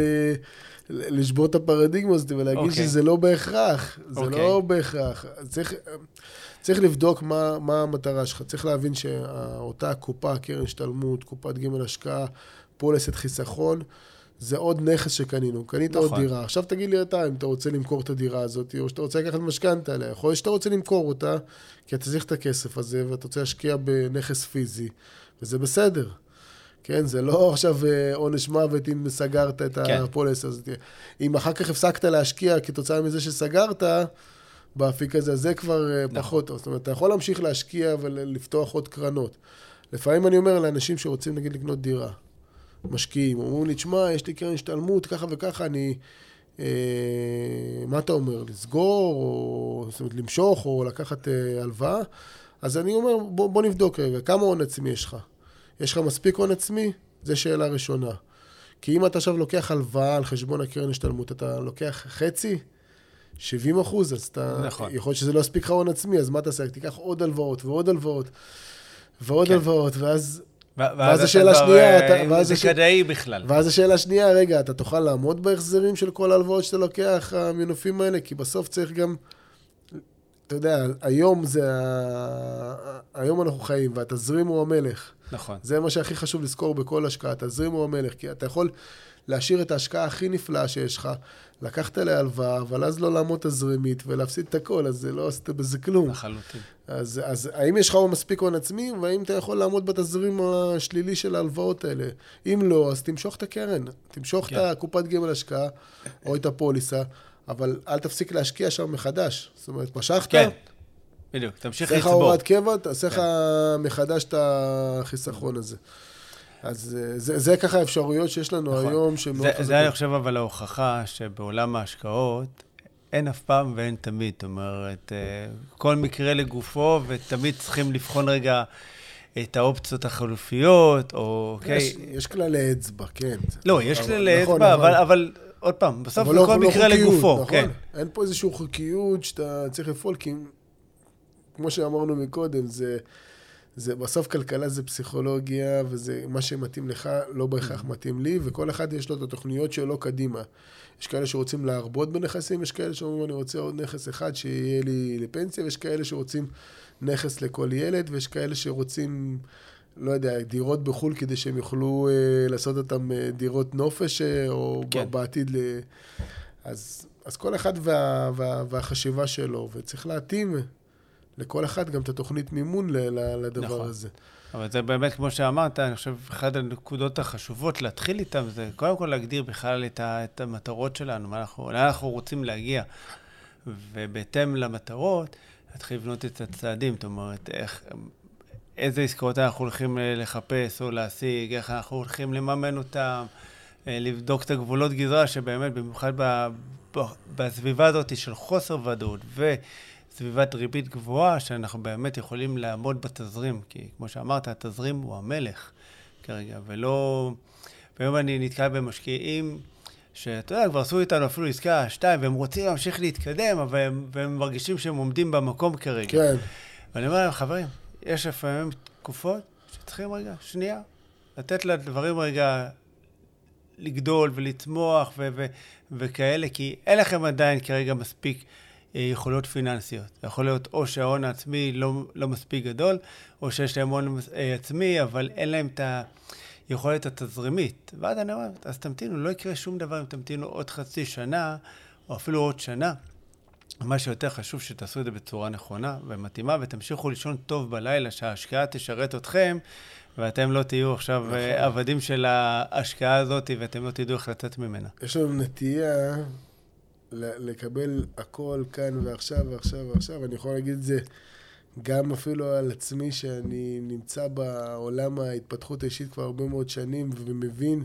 לשבור את הפרדיגמה הזאת ולהגיד אוקיי. שזה לא בהכרח. זה אוקיי. לא בהכרח. צריך, צריך לבדוק מה, מה המטרה שלך. צריך להבין שאותה קופה, קרן השתלמות, קופת גמל השקעה, פוליסת חיסכון, זה עוד נכס שקנינו. קנית נכון. עוד דירה. עכשיו תגיד לי אתה, אם אתה רוצה למכור את הדירה הזאת, או שאתה רוצה לקחת משכנתה עליה. יכול להיות שאתה רוצה למכור אותה, כי אתה צריך את הכסף הזה, ואתה רוצה להשקיע בנכס פיזי, וזה בסדר. כן, זה לא עכשיו עונש מוות אם סגרת את כן. הפוליסה הזאת. אם אחר כך הפסקת להשקיע כתוצאה מזה שסגרת, באפיק הזה, זה כבר נכון. פחות טוב. זאת אומרת, אתה יכול להמשיך להשקיע ולפתוח עוד קרנות. לפעמים אני אומר לאנשים שרוצים, נגיד, לקנות דירה. משקיעים, אומרים לי, תשמע, יש לי קרן השתלמות, ככה וככה, אני, אה, מה אתה אומר, לסגור, או, זאת אומרת, למשוך, או לקחת אה, הלוואה? אז אני אומר, בוא, בוא נבדוק רגע, כמה הון עצמי יש לך? יש לך מספיק הון עצמי? זו שאלה ראשונה. כי אם אתה עכשיו לוקח הלוואה על חשבון הקרן השתלמות, אתה לוקח חצי, שבעים אחוז, אז אתה, נכון. יכול להיות שזה לא יספיק לך הון עצמי, אז מה תעשה? תיקח עוד הלוואות ועוד הלוואות, ועוד כן. הלוואות, ואז... ואז השאלה השנייה, זה כדאי בכלל. ואז השאלה השנייה, רגע, אתה תוכל לעמוד בהחזרים של כל ההלוואות שאתה לוקח, המנופים האלה, כי בסוף צריך גם, אתה יודע, היום זה, היום אנחנו חיים, והתזרים הוא המלך. נכון. זה מה שהכי חשוב לזכור בכל השקעה, התזרים הוא המלך, כי אתה יכול להשאיר את ההשקעה הכי נפלאה שיש לך, לקחת עליה הלוואה, אבל אז לא לעמוד תזרימית ולהפסיד את הכל, אז זה לא עשית בזה כלום. לחלוטין. אז, אז האם יש לך מספיק הון עצמי, והאם אתה יכול לעמוד בתזרים השלילי של ההלוואות האלה? אם לא, אז תמשוך את הקרן, תמשוך כן. את הקופת גמל השקעה, או את הפוליסה, אבל אל תפסיק להשקיע שם מחדש. זאת אומרת, משכת? כן, בדיוק, תמשיך לצבור. עשה לך הוראת קבע, תעשה לך כן. מחדש את החיסכון הזה. אז זה, זה ככה האפשרויות שיש לנו נכון. היום. זה, זה אני חושב אבל ההוכחה שבעולם ההשקעות אין אף פעם ואין תמיד. זאת אומרת, כל מקרה לגופו ותמיד צריכים לבחון רגע את האופציות החלופיות, או... יש, okay. יש כללי אצבע, כן. לא, יש כללי נכון, אצבע, נכון. אבל, אבל עוד פעם, בסוף זה כל לא מקרה חוקיות, לגופו. נכון? כן. אין פה איזושהי חוקיות שאתה צריך לפעול, כי כמו שאמרנו מקודם, זה... זה, בסוף כלכלה זה פסיכולוגיה, וזה מה שמתאים לך לא בהכרח מתאים לי, וכל אחד יש לו את התוכניות שלו קדימה. יש כאלה שרוצים להרבות בנכסים, יש כאלה שאומרים, אני רוצה עוד נכס אחד שיהיה לי לפנסיה, ויש כאלה שרוצים נכס לכל ילד, ויש כאלה שרוצים, לא יודע, דירות בחול, כדי שהם יוכלו אה, לעשות אותם אה, דירות נופש, אה, או כן. בעתיד ל... אז, אז כל אחד וה, וה, והחשיבה שלו, וצריך להתאים... לכל אחד גם את התוכנית מימון לדבר נכון. הזה. אבל זה באמת, כמו שאמרת, אני חושב, אחת הנקודות החשובות להתחיל איתם, זה קודם כל להגדיר בכלל את, ה, את המטרות שלנו, מה אנחנו, לאן אנחנו רוצים להגיע. ובהתאם למטרות, להתחיל לבנות את הצעדים, זאת אומרת, איך, איזה עסקאות אנחנו הולכים לחפש או להשיג, איך אנחנו הולכים לממן אותם, לבדוק את הגבולות גזרה, שבאמת, במיוחד ב, ב, בסביבה הזאת של חוסר ודאות, ו... סביבת ריבית גבוהה, שאנחנו באמת יכולים לעמוד בתזרים, כי כמו שאמרת, התזרים הוא המלך כרגע, ולא... והיום אני נתקע במשקיעים, שאתה יודע, כבר עשו איתנו אפילו עסקה שתיים, והם רוצים להמשיך להתקדם, אבל הם, והם מרגישים שהם עומדים במקום כרגע. כן. ואני אומר להם, חברים, יש לפעמים תקופות שצריכים רגע, שנייה, לתת לדברים רגע לגדול ולצמוח ו- ו- וכאלה, כי אין לכם עדיין כרגע מספיק יכולות פיננסיות. זה יכול להיות או שההון העצמי לא, לא מספיק גדול, או שיש להם הון עצמי, אבל אין להם את היכולת התזרימית. ואז אני אומר, אז תמתינו, לא יקרה שום דבר אם תמתינו עוד חצי שנה, או אפילו עוד שנה. מה שיותר חשוב שתעשו את זה בצורה נכונה ומתאימה, ותמשיכו לישון טוב בלילה, שההשקעה תשרת אתכם, ואתם לא תהיו עכשיו נכון. עבדים של ההשקעה הזאת, ואתם לא תדעו איך לצאת ממנה. יש לנו נטייה לקבל הכל כאן ועכשיו ועכשיו ועכשיו. אני יכול להגיד את זה גם אפילו על עצמי, שאני נמצא בעולם ההתפתחות האישית כבר הרבה מאוד שנים, ומבין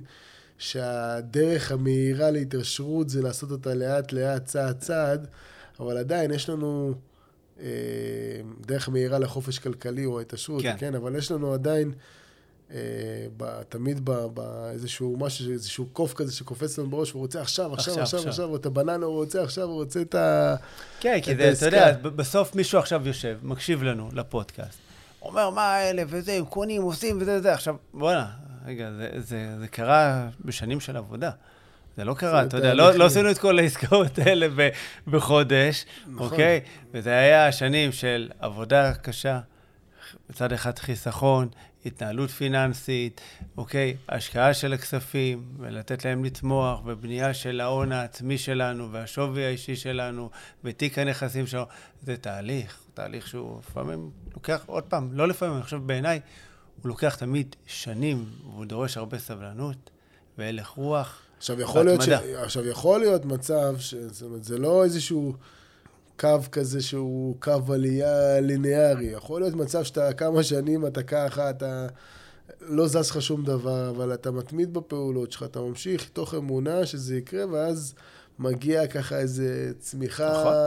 שהדרך המהירה להתרשרות זה לעשות אותה לאט לאט, צעד צעד, אבל עדיין יש לנו אה, דרך מהירה לחופש כלכלי או ההתעשרות, כן. כן, אבל יש לנו עדיין אה, ב, תמיד באיזשהו משהו, איזשהו קוף כזה שקופץ לנו בראש, הוא רוצה עכשיו, עכשיו, עכשיו, עכשיו, עכשיו, או את הבננה, הוא רוצה עכשיו, הוא רוצה את ה... כן, כי זה, אתה יודע, בסוף מישהו עכשיו יושב, מקשיב לנו לפודקאסט, אומר, מה האלה וזה, הם קונים, עושים וזה, זה, עכשיו, בוא'נה, רגע, זה, זה, זה קרה בשנים של עבודה. זה לא קרה, אתה יודע, לא, לא עשינו את כל העסקאות האלה בחודש, נכון. אוקיי? וזה היה שנים של עבודה קשה, בצד אחד חיסכון, התנהלות פיננסית, אוקיי? השקעה של הכספים, ולתת להם לצמוח, ובנייה של ההון העצמי שלנו, והשווי האישי שלנו, ותיק הנכסים שלנו. זה תהליך, תהליך שהוא לפעמים לוקח, עוד פעם, לא לפעמים, אני חושב בעיניי, הוא לוקח תמיד שנים, והוא דורש הרבה סבלנות, והלך רוח. עכשיו יכול, להיות ש... עכשיו יכול להיות מצב, ש... זאת אומרת, זה לא איזשהו קו כזה שהוא קו עלייה ליניארי. יכול להיות מצב שאתה כמה שנים, אתה ככה, אתה לא זז לך שום דבר, אבל אתה מתמיד בפעולות שלך, אתה ממשיך תוך אמונה שזה יקרה, ואז מגיע ככה איזה צמיחה נכון.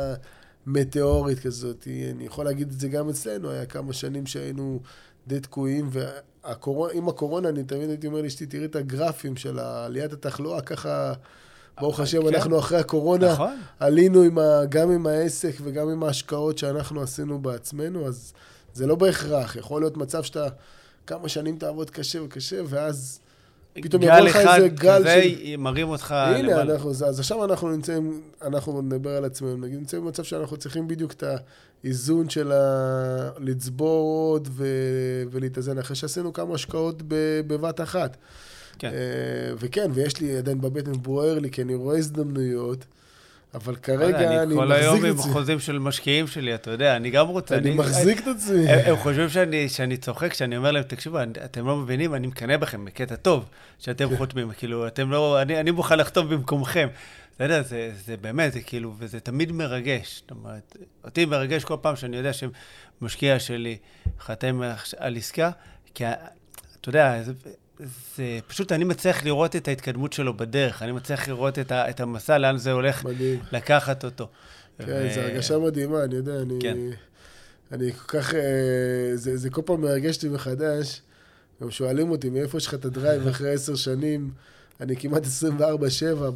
מטאורית כזאת. אני יכול להגיד את זה גם אצלנו, היה כמה שנים שהיינו די תקועים, ועם הקורונה אני תמיד הייתי אומר לאשתי, תראי את הגרפים של עליית התחלואה, ככה, ברוך השם, אנחנו אחרי הקורונה, עלינו גם עם העסק וגם עם ההשקעות שאנחנו עשינו בעצמנו, אז זה לא בהכרח, יכול להיות מצב שאתה כמה שנים תעבוד קשה וקשה, ואז פתאום יבוא לך איזה גל כזה מרים אותך הנה, אנחנו, אז עכשיו אנחנו נמצאים, אנחנו נדבר על עצמנו, נגיד, נמצאים במצב שאנחנו צריכים בדיוק את האיזון של ה... לצבור עוד ו... ולהתאזן, אחרי שעשינו כמה השקעות בבת אחת. כן. וכן, ויש לי עדיין בבטן בוער לי, כי אני רואה הזדמנויות, אבל כרגע אני מחזיק את עצמי. כל היום עם חוזים של משקיעים שלי, אתה יודע, אני גם רוצה... אני מחזיק את עצמי. הם חושבים שאני צוחק, שאני אומר להם, תקשיבו, אתם לא מבינים, אני מקנא בכם בקטע טוב, שאתם חותמים, כאילו, אתם לא... אני מוכן לכתוב במקומכם. אתה יודע, זה באמת, זה כאילו, וזה תמיד מרגש. זאת אומרת, אותי מרגש כל פעם שאני יודע שמשקיע שלי חתם על עסקה, כי, אתה יודע, זה... זה פשוט, אני מצליח לראות את ההתקדמות שלו בדרך, אני מצליח לראות את, ה, את המסע, לאן זה הולך מדהים. לקחת אותו. כן, ו... זה הרגשה מדהימה, אני יודע, אני, כן. אני כל כך, זה, זה כל פעם מרגש לי מחדש, גם שואלים אותי, מאיפה יש לך את הדרייב אחרי עשר שנים, אני כמעט עשרים וארבע שבע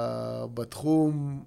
בתחום,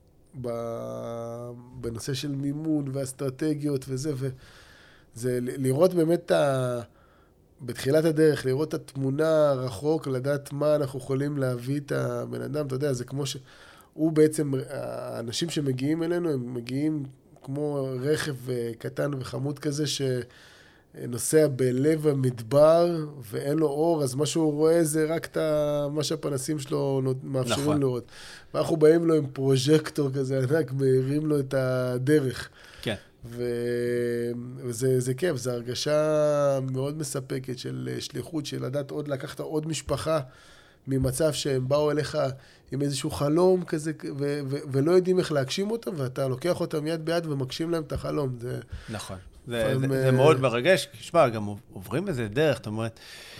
בנושא של מימון ואסטרטגיות וזה, וזה לראות באמת את ה... בתחילת הדרך, לראות את התמונה רחוק, לדעת מה אנחנו יכולים להביא את הבן אדם, אתה יודע, זה כמו שהוא בעצם, האנשים שמגיעים אלינו, הם מגיעים כמו רכב קטן וחמוד כזה, שנוסע בלב המדבר, ואין לו אור, אז מה שהוא רואה זה רק את מה שהפנסים שלו מאפשרים נכון. לראות. ואנחנו באים לו עם פרוז'קטור כזה, ענק, מהירים לו את הדרך. כן. וזה זה כיף, זו הרגשה מאוד מספקת של שליחות, של לדעת עוד, לקחת עוד משפחה ממצב שהם באו אליך עם איזשהו חלום כזה, ו- ו- ולא יודעים איך להגשים אותם, ואתה לוקח אותם יד ביד ומגשים להם את החלום. זה... נכון, זה, פעם, זה, זה מאוד מרגש, תשמע, גם עוברים איזה דרך, זאת אומרת,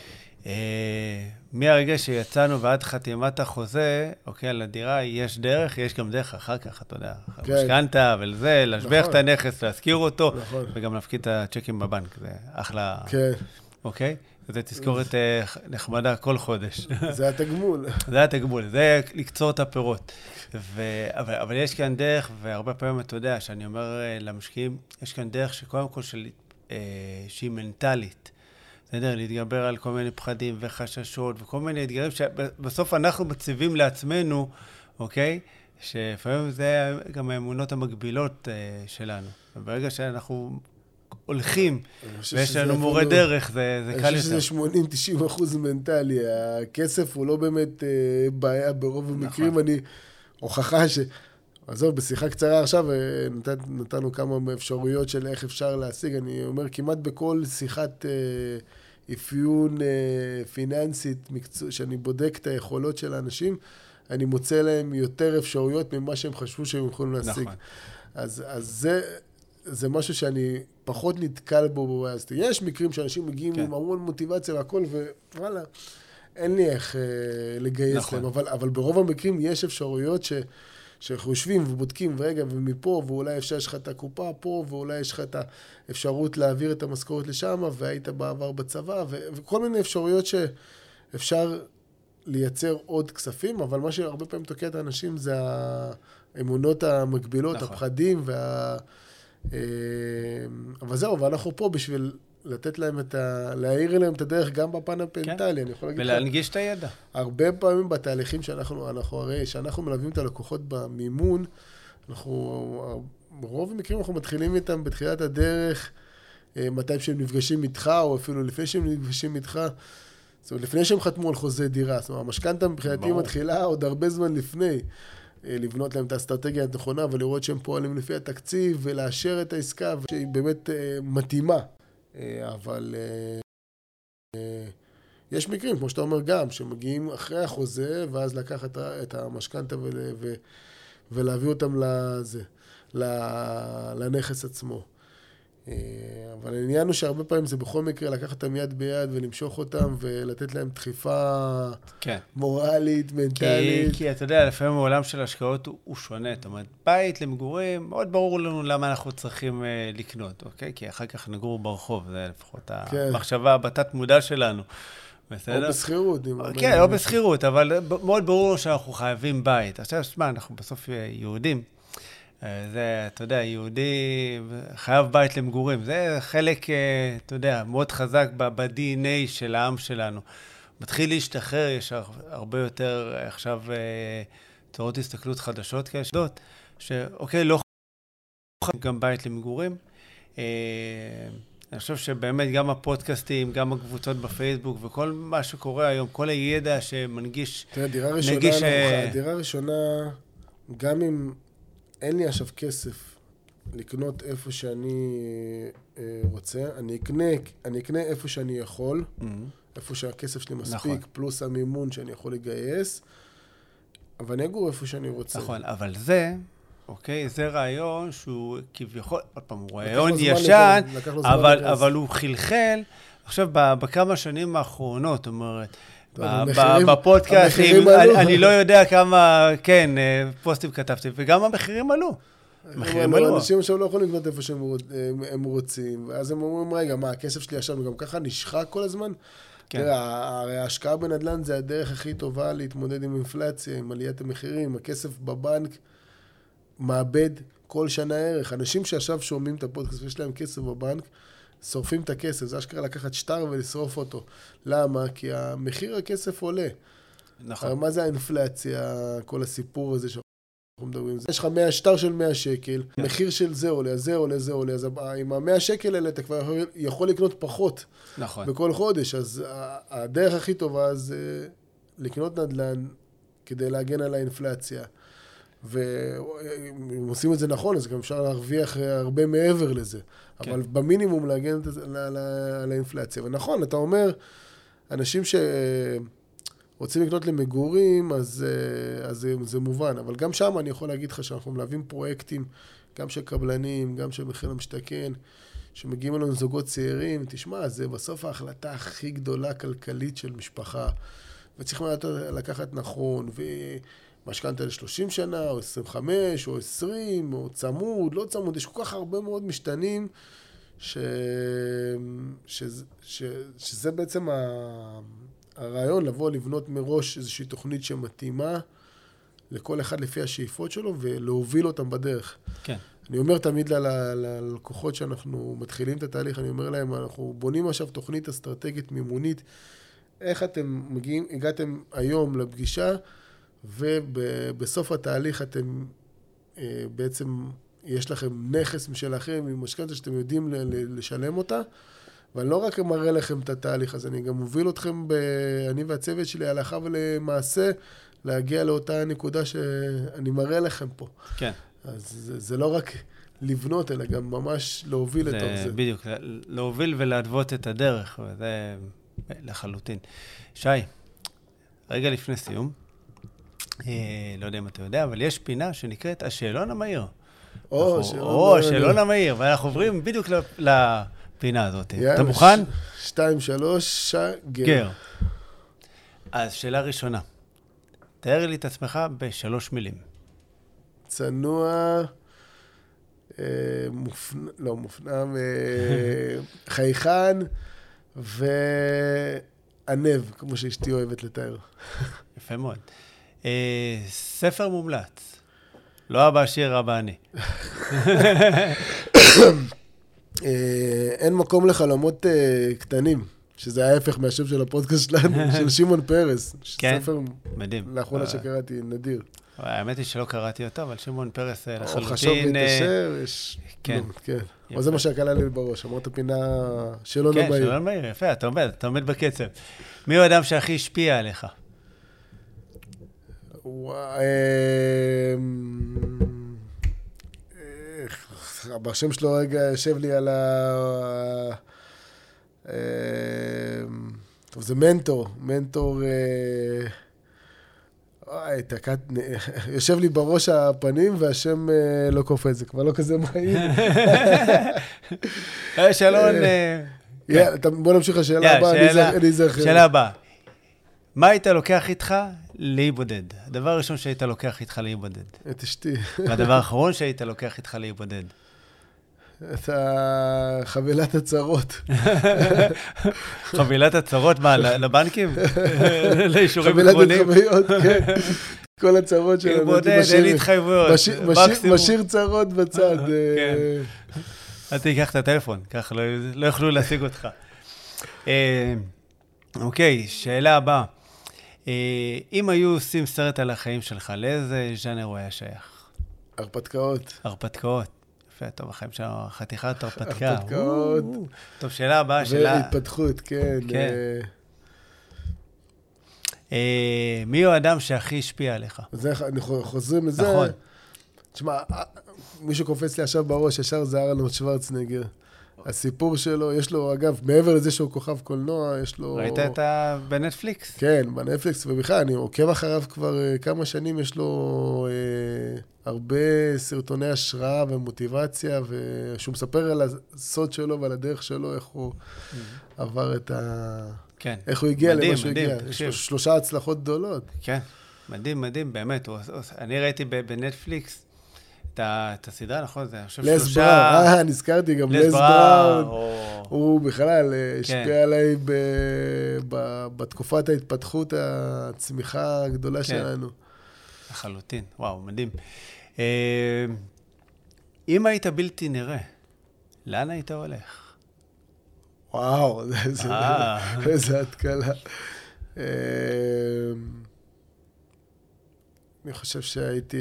מהרגע שיצאנו ועד חתימת החוזה, אוקיי, על הדירה, יש דרך, יש גם דרך אחר כך, אתה יודע, משכנתה ולזה, להשביח את הנכס, להזכיר אותו, וגם להפקיד את הצ'קים בבנק, זה אחלה, אוקיי? זה תזכורת נחמדה כל חודש. זה התגמול. זה התגמול, זה לקצור את הפירות. אבל יש כאן דרך, והרבה פעמים אתה יודע, שאני אומר למשקיעים, יש כאן דרך שקודם כל שהיא מנטלית, בסדר, להתגבר על כל מיני פחדים וחששות וכל מיני אתגרים שבסוף אנחנו מציבים לעצמנו, אוקיי? שלפעמים זה גם האמונות המקבילות שלנו. וברגע שאנחנו הולכים ויש לנו מורה דרך, זה קל יותר. אני חושב שזה שמונים עד תשעים אחוז מנטלי. הכסף הוא לא באמת בעיה ברוב המקרים. אני הוכחה ש... עזוב, בשיחה קצרה עכשיו, נת, נתנו כמה אפשרויות של איך אפשר להשיג. אני אומר, כמעט בכל שיחת אה, אפיון אה, פיננסית, מקצוע, שאני בודק את היכולות של האנשים, אני מוצא להם יותר אפשרויות ממה שהם חשבו שהם יכולים להשיג. נכון. אז, אז זה, זה משהו שאני פחות נתקל בו. אז יש מקרים שאנשים מגיעים כן. עם המון מוטיבציה והכל, ווואלה, אין לי איך אה, לגייס נכון. להם. אבל, אבל ברוב המקרים יש אפשרויות ש... שאנחנו יושבים ובודקים, ורגע, ומפה, ואולי אפשר יש לך את הקופה פה, ואולי יש לך את האפשרות להעביר את המשכורת לשם, והיית בעבר בצבא, ו- וכל מיני אפשרויות שאפשר לייצר עוד כספים, אבל מה שהרבה פעמים תוקע את האנשים זה האמונות המקבילות, נכון. הפחדים, וה... אבל זהו, ואנחנו פה בשביל לתת להם את ה... להעיר אליהם את הדרך גם בפן הפנטלי, אני יכול להגיד לך. ולהנגיש את הידע. הרבה פעמים בתהליכים שאנחנו, אנחנו הרי, שאנחנו מלווים את הלקוחות במימון, אנחנו, ברוב המקרים אנחנו מתחילים איתם בתחילת הדרך, מתי שהם נפגשים איתך, או אפילו לפני שהם נפגשים איתך, זאת אומרת, לפני שהם חתמו על חוזה דירה, זאת אומרת, המשכנתא מבחינתי מתחילה עוד הרבה זמן לפני, לבנות להם את האסטרטגיה הנכונה, ולראות שהם פועלים לפי התקציב, ולאשר את העסקה, שהיא באמת מתאימה. אבל יש מקרים, כמו שאתה אומר גם, שמגיעים אחרי החוזה, ואז לקחת את המשכנתא ולהביא אותם לזה, לנכס עצמו. אבל העניין הוא שהרבה פעמים זה בכל מקרה לקחת אותם יד ביד ולמשוך אותם ולתת להם דחיפה כן. מורלית, מנטלית. כי, כי אתה יודע, לפעמים העולם של השקעות הוא, הוא שונה. זאת אומרת, בית למגורים, מאוד ברור לנו למה אנחנו צריכים uh, לקנות, אוקיי? כי אחר כך נגור ברחוב, זה לפחות כן. המחשבה בתת מודע שלנו. בסדר? או בסחירות. כן, או בסחירות, אבל מאוד ברור שאנחנו חייבים בית. עכשיו, שמה, אנחנו בסוף יהודים. זה, אתה יודע, יהודי חייב בית למגורים. זה חלק, אתה יודע, מאוד חזק ב-די אן איי של העם שלנו. מתחיל להשתחרר, יש הרבה יותר עכשיו צורות הסתכלות חדשות כאלה, שאוקיי, לא חייב גם בית למגורים. אני חושב שבאמת גם הפודקאסטים, גם הקבוצות בפייסבוק וכל מה שקורה היום, כל הידע שמנגיש... תראה, דירה ראשונה, נגיש, דירה ראשונה, גם אם... אין לי עכשיו כסף לקנות איפה שאני אה, רוצה, אני אקנה, אני אקנה איפה שאני יכול, mm-hmm. איפה שהכסף שלי מספיק, נכון. פלוס המימון שאני יכול לגייס, אבל אני אגור איפה שאני רוצה. נכון, אבל זה, אוקיי, זה רעיון שהוא כביכול, עוד פעם, הוא רעיון ישן, אבל, אבל הוא חלחל, עכשיו, בכמה שנים האחרונות, זאת אומרת, בפודקאסט, אני לא יודע כמה, כן, פוסטים כתבתי, וגם המחירים עלו. המחירים עלו. אנשים עכשיו לא יכולים לקנות איפה שהם רוצים, ואז הם אומרים, רגע, מה, הכסף שלי עכשיו גם ככה נשחק כל הזמן? הרי ההשקעה בנדל"ן זה הדרך הכי טובה להתמודד עם אינפלציה, עם עליית המחירים. הכסף בבנק מאבד כל שנה ערך. אנשים שעכשיו שומעים את הפודקאסט ויש להם כסף בבנק, שורפים את הכסף, זה אשכרה לקחת שטר ולשרוף אותו. למה? כי המחיר הכסף עולה. נכון. מה זה האינפלציה, כל הסיפור הזה שאנחנו מדברים? יש לך שטר של מאה שקל, מחיר של זה עולה, זה עולה, זה עולה, אז עם ה-מאה שקל האלה אתה כבר יכול, יכול לקנות פחות. נכון. בכל חודש, אז הדרך הכי טובה זה לקנות נדל"ן כדי להגן על האינפלציה. ואם עושים את זה נכון, אז גם אפשר להרוויח הרבה מעבר לזה. כן. אבל במינימום להגן על האינפלציה. ונכון, אתה אומר, אנשים שרוצים לקנות למגורים, אז, אז זה, זה מובן. אבל גם שם אני יכול להגיד לך שאנחנו מלווים פרויקטים, גם של קבלנים, גם של מחיר למשתכן, שמגיעים אלינו זוגות צעירים. תשמע, זה בסוף ההחלטה הכי גדולה כלכלית של משפחה. וצריכים לקחת נכון, ו... משכנתא ל-שלושים שנה, או עשרים וחמש, או עשרים, או צמוד, לא צמוד. יש כל כך הרבה מאוד משתנים, ש... ש... ש... שזה בעצם ה... הרעיון לבוא לבנות מראש איזושהי תוכנית שמתאימה לכל אחד לפי השאיפות שלו, ולהוביל אותם בדרך. כן. אני אומר תמיד ל... ללקוחות שאנחנו מתחילים את התהליך, אני אומר להם, אנחנו בונים עכשיו תוכנית אסטרטגית מימונית, איך אתם מגיעים, הגעתם היום לפגישה, ובסוף התהליך אתם בעצם, יש לכם נכס משלכם עם משכנתא שאתם יודעים לשלם אותה, ואני לא רק מראה לכם את התהליך הזה, אני גם מוביל אתכם, אני והצוות שלי, הלכה ולמעשה, להגיע לאותה נקודה שאני מראה לכם פה. כן. אז זה, זה לא רק לבנות, אלא גם ממש להוביל לתוך זה. בדיוק, להוביל ולהדוות את הדרך, וזה לחלוטין. שי, רגע לפני סיום, לא יודע אם אתה יודע, אבל יש פינה שנקראת השאלון המהיר. או, או, השאלון המהיר, ואנחנו עוברים בדיוק לפינה הזאת. אתה מוכן? שתיים, שלוש, גר. אז שאלה ראשונה. תאר לי את עצמך בשלוש מילים. צנוע, מופנ... לא מופנם, חייכן וענב, כמו שאשתי אוהבת לתאר. יפה מאוד. ספר מומלץ. לא אבא עשיר, אבא אני. אין מקום לחלומות קטנים, שזה ההפך מהשם של הפודקאסט שלנו, של שמעון פרס. כן, ספר מדהים. לאחרונה שקראתי, נדיר. האמת היא שלא קראתי אותו, אבל שמעון פרס לחלוטין... או חשוב להתאשר, יש... כן. כן. אבל זה מה שקלה לי בראש, אמרת פינה שלא כן, נמהיר. שלא נמהיר, יפה, אתה עומד, אתה עומד בקצב. מי הוא האדם שהכי השפיע עליך? וואי... בשם שלו רגע יושב לי על ה... טוב, זה מנטור, מנטור... וואי, תקעת... יושב לי בראש הפנים והשם לא קופץ, זה כבר לא כזה מהיר. שלון... בוא נמשיך לשאלה הבאה, אני זכר. שאלה הבאה. מה היית לוקח איתך לאי בודד? הדבר הראשון שהיית לוקח איתך לאי בודד. את אשתי. והדבר האחרון שהיית לוקח איתך לאי בודד. את חבילת הצרות. חבילת הצרות, מה, לבנקים? לאישורים חבילת עקרוניים? התחביות, כן. כל הצרות שלנו. אי בודד, אין התחייבויות. משאיר צרות בצד. כן. אל תיקח את הטלפון, כך לא יוכלו להשיג אותך. אוקיי, שאלה הבאה. אם היו עושים סרט על החיים שלך, לאיזה ז'אנר הוא היה שייך? הרפתקאות. הרפתקאות. יפה, טוב, החיים שלנו, חתיכת הרפתקה. הרפתקאות. טוב, שאלה הבאה, שאלה... והתפתחות, כן. כן. מי הוא האדם שהכי השפיע עליך? אנחנו חוזרים לזה. נכון. תשמע, מי שקופץ לי עכשיו בראש, ישר זה ארנולד שוורצנגר. הסיפור שלו, יש לו, אגב, מעבר לזה שהוא כוכב קולנוע, יש לו... ראית את ה... בנטפליקס? כן, בנטפליקס, ובכלל, אני עוקב אחריו כבר uh, כמה שנים, יש לו uh, הרבה סרטוני השראה ומוטיבציה, ושהוא מספר על הסוד שלו ועל הדרך שלו, איך הוא mm-hmm. עבר את ה... כן. איך הוא הגיע למה שהוא הגיע. יש לו שלושה הצלחות גדולות. כן, מדהים, מדהים, באמת. הוא, אני ראיתי בנטפליקס, את הסדרה, נכון? זה, אני חושב שלושה... לס בראון, אה, נזכרתי גם, לס בראון. הוא בכלל השפיע עליי בתקופת ההתפתחות, הצמיחה הגדולה שלנו. לחלוטין, וואו, מדהים. אם היית בלתי נראה, לאן היית הולך? וואו, איזה התקלה. אני חושב שהייתי...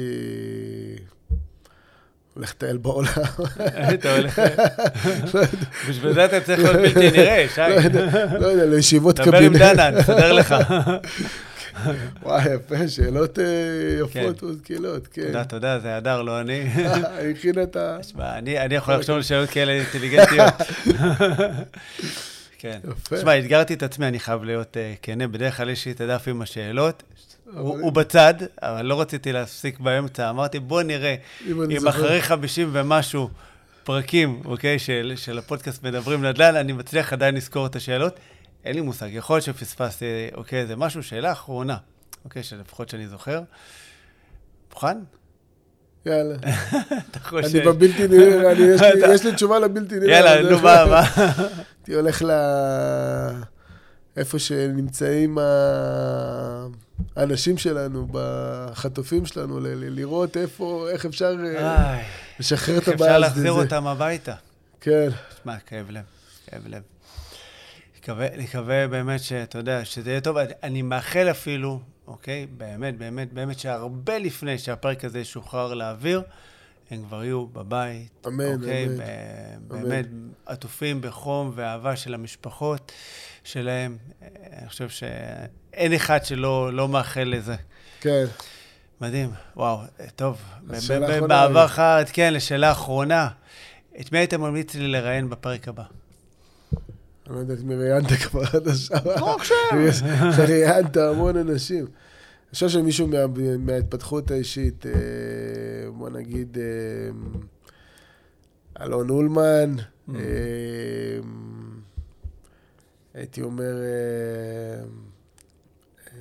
הולך לטייל בעולם. אתה הולך... בשביל זה אתה צריך להיות בלתי נראה, שי. לא יודע, לישיבות קבינט. דבר עם דנה, נסדר לך. וואי, יפה, שאלות יפות וזקילות, כן. תודה, תודה, זה הדר, לא אני. הכין את ה... אני יכול לחשוב על שאלות כאלה אינטליגנטיות. כן. תשמע, התגרתי את עצמי, אני חייב להיות כנה. בדרך כלל יש לי את הדף עם השאלות. הוא בצד, אבל לא רציתי להפסיק באמצע. אמרתי, בוא נראה, אם אחרי חמישים ומשהו פרקים, אוקיי, של הפודקאסט מדברים נדל"ן, אני מצליח עדיין לזכור את השאלות. אין לי מושג, יכול להיות שפספסתי, אוקיי, זה משהו, שאלה אחרונה, אוקיי, שלפחות שאני זוכר. מוכן? יאללה. אני בבלתי נראה, יש לי תשובה לבלתי נראה. יאללה, נו, מה, מה? הייתי הולך ל... איפה שנמצאים האנשים שלנו, בחטופים שלנו, לראות איפה, איך אפשר לשחרר את הבעיה. איך אפשר להחזיר אותם הביתה. כן. שמע, כאב לב, כאב לב. נקווה באמת שאתה יודע, שזה יהיה טוב. אני מאחל אפילו, אוקיי, באמת, באמת, באמת, שהרבה לפני שהפרק הזה ישוחרר לאוויר, הם כבר יהיו בבית. אמן, אוקיי? אמן. ב- באמת עטופים בחום ואהבה של המשפחות שלהם. אני חושב שאין אחד שלא לא מאחל לזה. כן. מדהים. וואו, טוב. אז שאלה אחרונה. בעבר חד, כן, לשאלה האחרונה. את מי היית ממליץ לי לראיין בפרק הבא? אני לא יודעת מי ראיינת כבר עד השעה. כמו עכשיו. ראיינת המון אנשים. אני חושב שמישהו מה, מההתפתחות האישית, אה, בוא נגיד, אה, אלון אולמן, Mm. אה, הייתי אומר, אה, אה,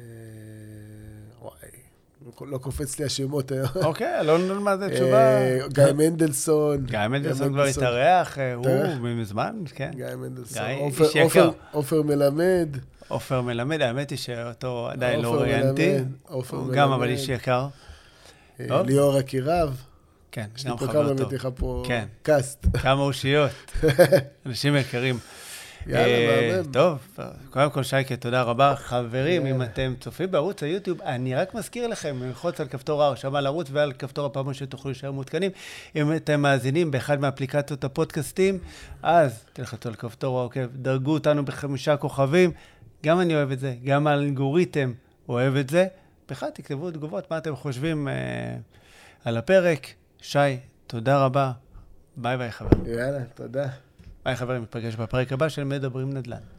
וואי, לא קופץ לי השמות היום. אוקיי, אלון אולמן זה תשובה. אה, גיא מנדלסון. גיא מנדלסון כבר התארח, הוא התארח. מזמן, כן. גיא מנדלסון. גיא, עופר- איש יקר. עופר- עופר מלמד. עופר מלמד, האמת היא שאותו עדיין לא עופר ראיינתי. מלמד, עופר הוא גם אבל מלמד. איש יקר. אה, טוב. ליאור אקירב. כן, יש לי גם פה חבר כמה טוב. הבאתי לך פה כן. קאסט. כמה אושיות. אנשים יקרים. יאללה, אה, מהמם. טוב, קודם כל שייקה, תודה רבה. חברים, אם יאללה. אתם צופים בערוץ היוטיוב, אני רק מזכיר לכם, ללחוץ על כפתור ההרשמה לערוץ ועל כפתור הפעמון שתוכלו להישאר מעודכנים. אם אתם מאזינים באחד מאפליקציות הפודקאסטים, אז תלחצו על כפתור העוקב, דרגו אותנו בחמישה כוכבים. גם אני אוהב את זה, גם האלגוריתם אוהב את זה. בכלל תכתבו תגובות, מה אתם חושבים אה, על הפרק. שי, תודה רבה. ביי ביי חברים. יאללה, תודה. ביי חברים, נפגש בפרק הבא של מדברים נדל"ן.